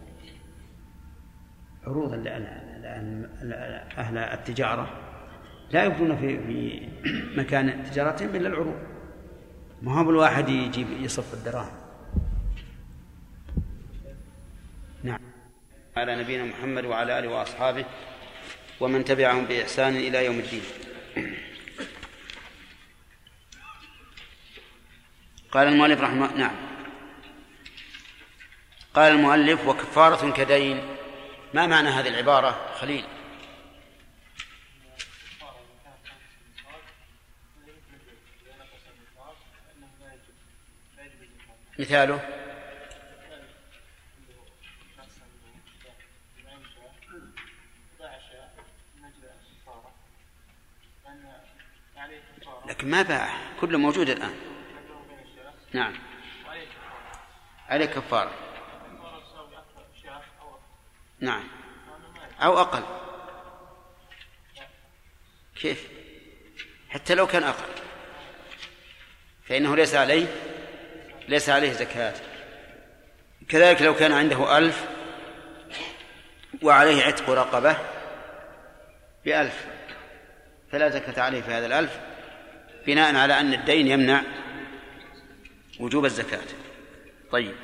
عروض أهل التجارة لا يبدون في في مكان تجارتهم إلا العروض، ما هو الواحد يجيب يصف الدراهم. نعم. على نبينا محمد وعلى آله وأصحابه ومن تبعهم بإحسان إلى يوم الدين. قال المؤلف رحمه نعم قال المؤلف وكفارة كدين. ما معنى هذه العبارة خليل؟ مثاله لكن ما باع، كله موجود الآن. نعم عليه كفارة. نعم أو أقل. كيف؟ حتى لو كان أقل فإنه ليس عليه ليس عليه زكاة. كذلك لو كان عنده ألف وعليه عتق رقبة بألف فلا زكاة عليه في هذا الألف، بناء على أن الدين يمنع وجوب الزكاة. طيب،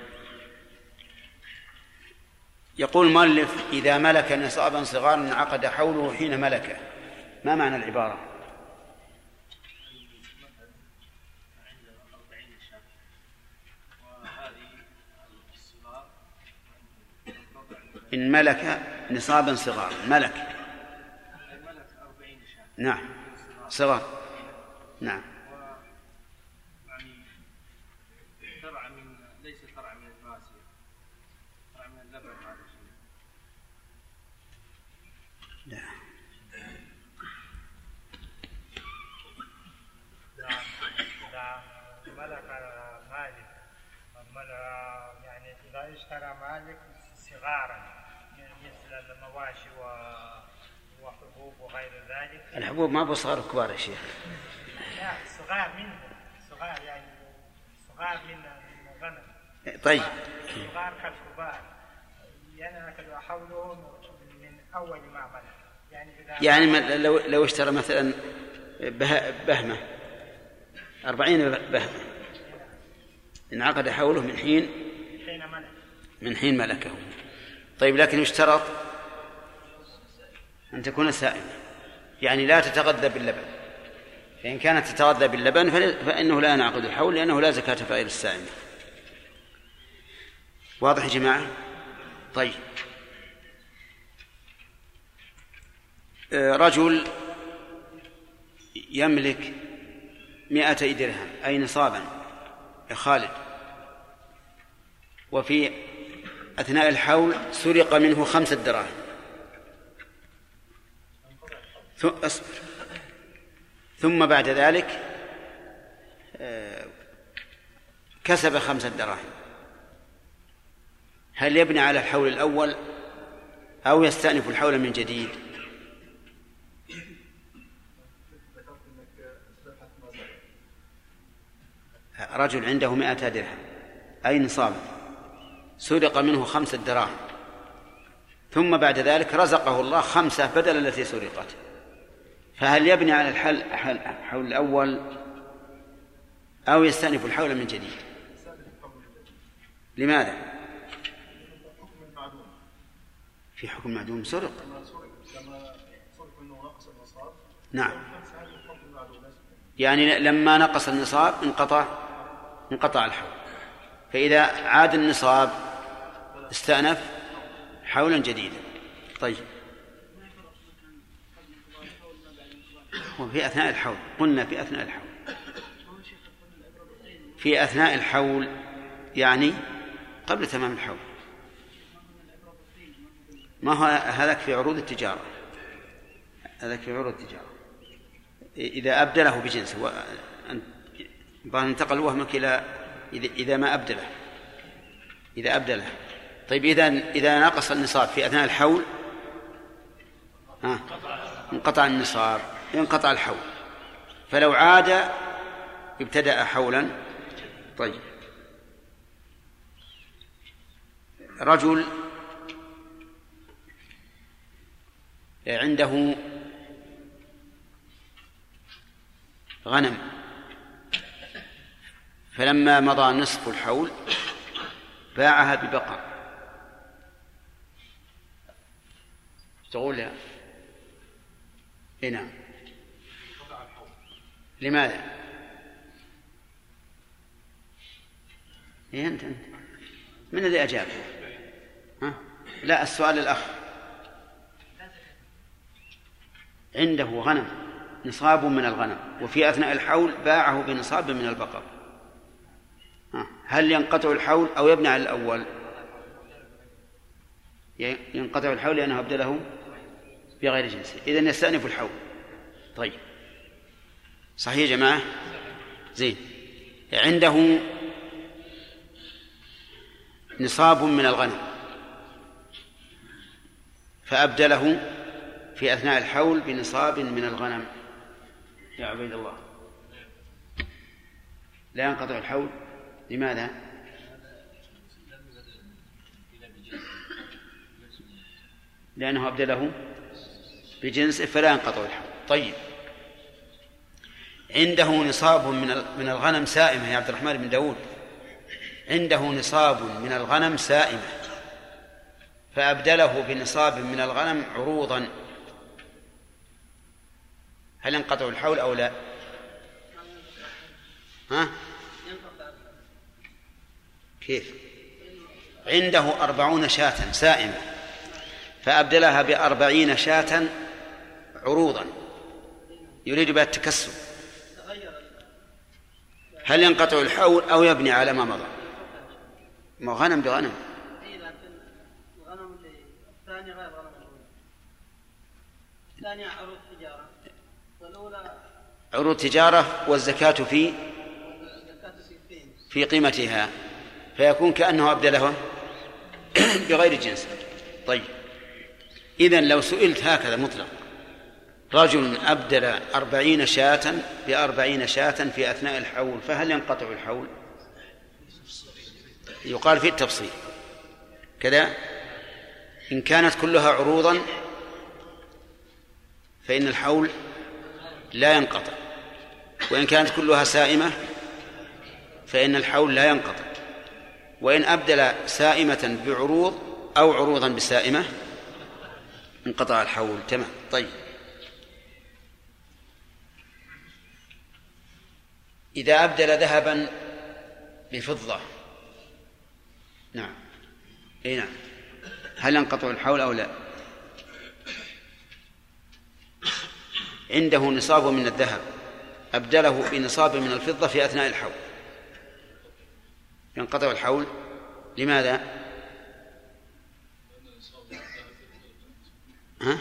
يقول المؤلف: إذا ملك نصابا صغارا انعقد حوله حين ملكه. ما معنى العبارة؟ إن ملك نصابا صغارا، ملك نعم صغار نعم. يعني ترعى من ليس ترعى من الماسية، ترعى من اللبن هذا الشيء. لا إذا ملك مالك يعني إذا اشترى مالك صغارا مثل المواشي وحبوب وغير ذلك. الحبوب ما بصغار كبار يا شيخ. لا صغار منه، صغار يعني صغار من الغنم. طيب صغار كالكبار ينأكل حولهم من أول ما ملك. يعني إذا يعني لو لو اشترى مثلا بهمة أربعين بهمة انعقد حوله من حين حين ملك من حين ملكه. طيب، لكن يشترط أن تكون سائمة، يعني لا تتغذى باللبن، فإن كانت تتغذى باللبن فإنه لا ينعقد الحول لأنه لا زكاة في غير السائمة. واضح يا جماعة؟ طيب، رجل يملك مئتي درهم أي نصابا يا خالد، وفي أثناء الحول سرق منه خمسة دراهم. أصبر. ثم بعد ذلك كسب خمسة دراهم، هل يبني على الحول الأول أو يستأنف الحول من جديد؟ رجل عنده مئة درهم أي نصاب، سرق منه خمسة دراهم، ثم بعد ذلك رزقه الله خمسة بدل التي سرقت، فهل يبني على الحل الحول الأول أو يستأنف الحول من جديد؟ لماذا؟ في حكم معدوم سرق. نعم، يعني لما نقص النصاب انقطع انقطع الحول، فإذا عاد النصاب استأنف حولا جديدا. طيب، وفي أثناء الحول قلنا في أثناء الحول في أثناء الحول يعني قبل تمام الحول، ما هو هذاك في عروض التجارة، هذاك في عروض التجارة إذا أبدله بجنس انتقل وهمك إلى إذا ما أبدله إذا أبدله. طيب، إذا إذا نقص النصاب في أثناء الحول ها انقطع النصاب انقطع الحول، فلو عاد ابتدأ حولا. طيب، رجل عنده غنم، فلما مضى نصف الحول باعها ببقر. تقول يا إيه؟ نعم. لماذا؟ إيه أنت أنت من الذي أجاب؟ ها؟ لا، السؤال الأخ عنده غنم نصاب من الغنم وفي أثناء الحول باعه بنصاب من البقر، ها. هل ينقطع الحول أو يبني على الأول؟ ينقطع الحول لأنه أبدله بغير جنسه، إذن يستأنف الحول. طيب، صحيح يا جماعة؟ زين. عنده نصاب من الغنم فأبدله في أثناء الحول بنصاب من الغنم، يا عبيد الله لا ينقطع الحول. لماذا؟ لأنه أبدله بجنس فلا ينقطع الحول. طيب، عنده نصاب من الغنم سائمة يا عبد الرحمن بن داود، عنده نصاب من الغنم سائمة فأبدله بنصاب من الغنم عروضا، هل ينقطع الحول أو لا؟ ها؟ كيف؟ عنده أربعون شاة سائمة فأبدلها بأربعين شاة عروضا يريد بها التكسب، هل ينقطع الحول أو يبني على ما مضى؟ ما غنم بغنم. الغنم الثاني غير غنم الأولى، الثانية عروض تجارة والأولى عروض تجارة والزكاة في في قيمتها، فيكون كأنه أبدله بغير جنس. طيب، إذن لو سئلت هكذا مطلق رجل أبدل أربعين شاة بأربعين شاة في أثناء الحول فهل ينقطع الحول؟ يقال في التفصيل كذا: إن كانت كلها عروضا فإن الحول لا ينقطع، وإن كانت كلها سائمة فإن الحول لا ينقطع، وإن أبدل سائمة بعروض أو عروضا بسائمة انقطع الحول. تمام. طيب، إذا أبدل ذهبا بفضة، نعم أي نعم، هل ينقطع الحول أو لا؟ عنده نصاب من الذهب أبدله بنصاب من الفضة في أثناء الحول، ينقطع الحول. لماذا؟ ها؟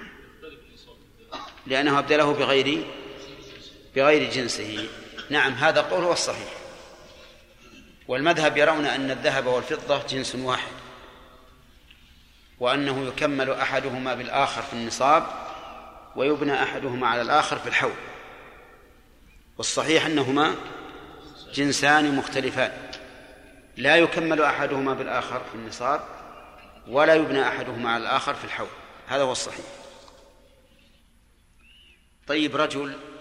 لأنه أبدله بغير بغير جنسه. نعم، هذا قوله الصحيح، والمذهب يرون أن الذهب والفضة جنس واحد، وأنه يكمل أحدهما بالآخر في النصاب ويبنى أحدهما على الآخر في الحول، والصحيح أنهما جنسان مختلفان لا يكمل أحدهما بالآخر في النصاب ولا يبنى أحدهما على الآخر في الحول، هذا هو الصحيح. طيب، رجل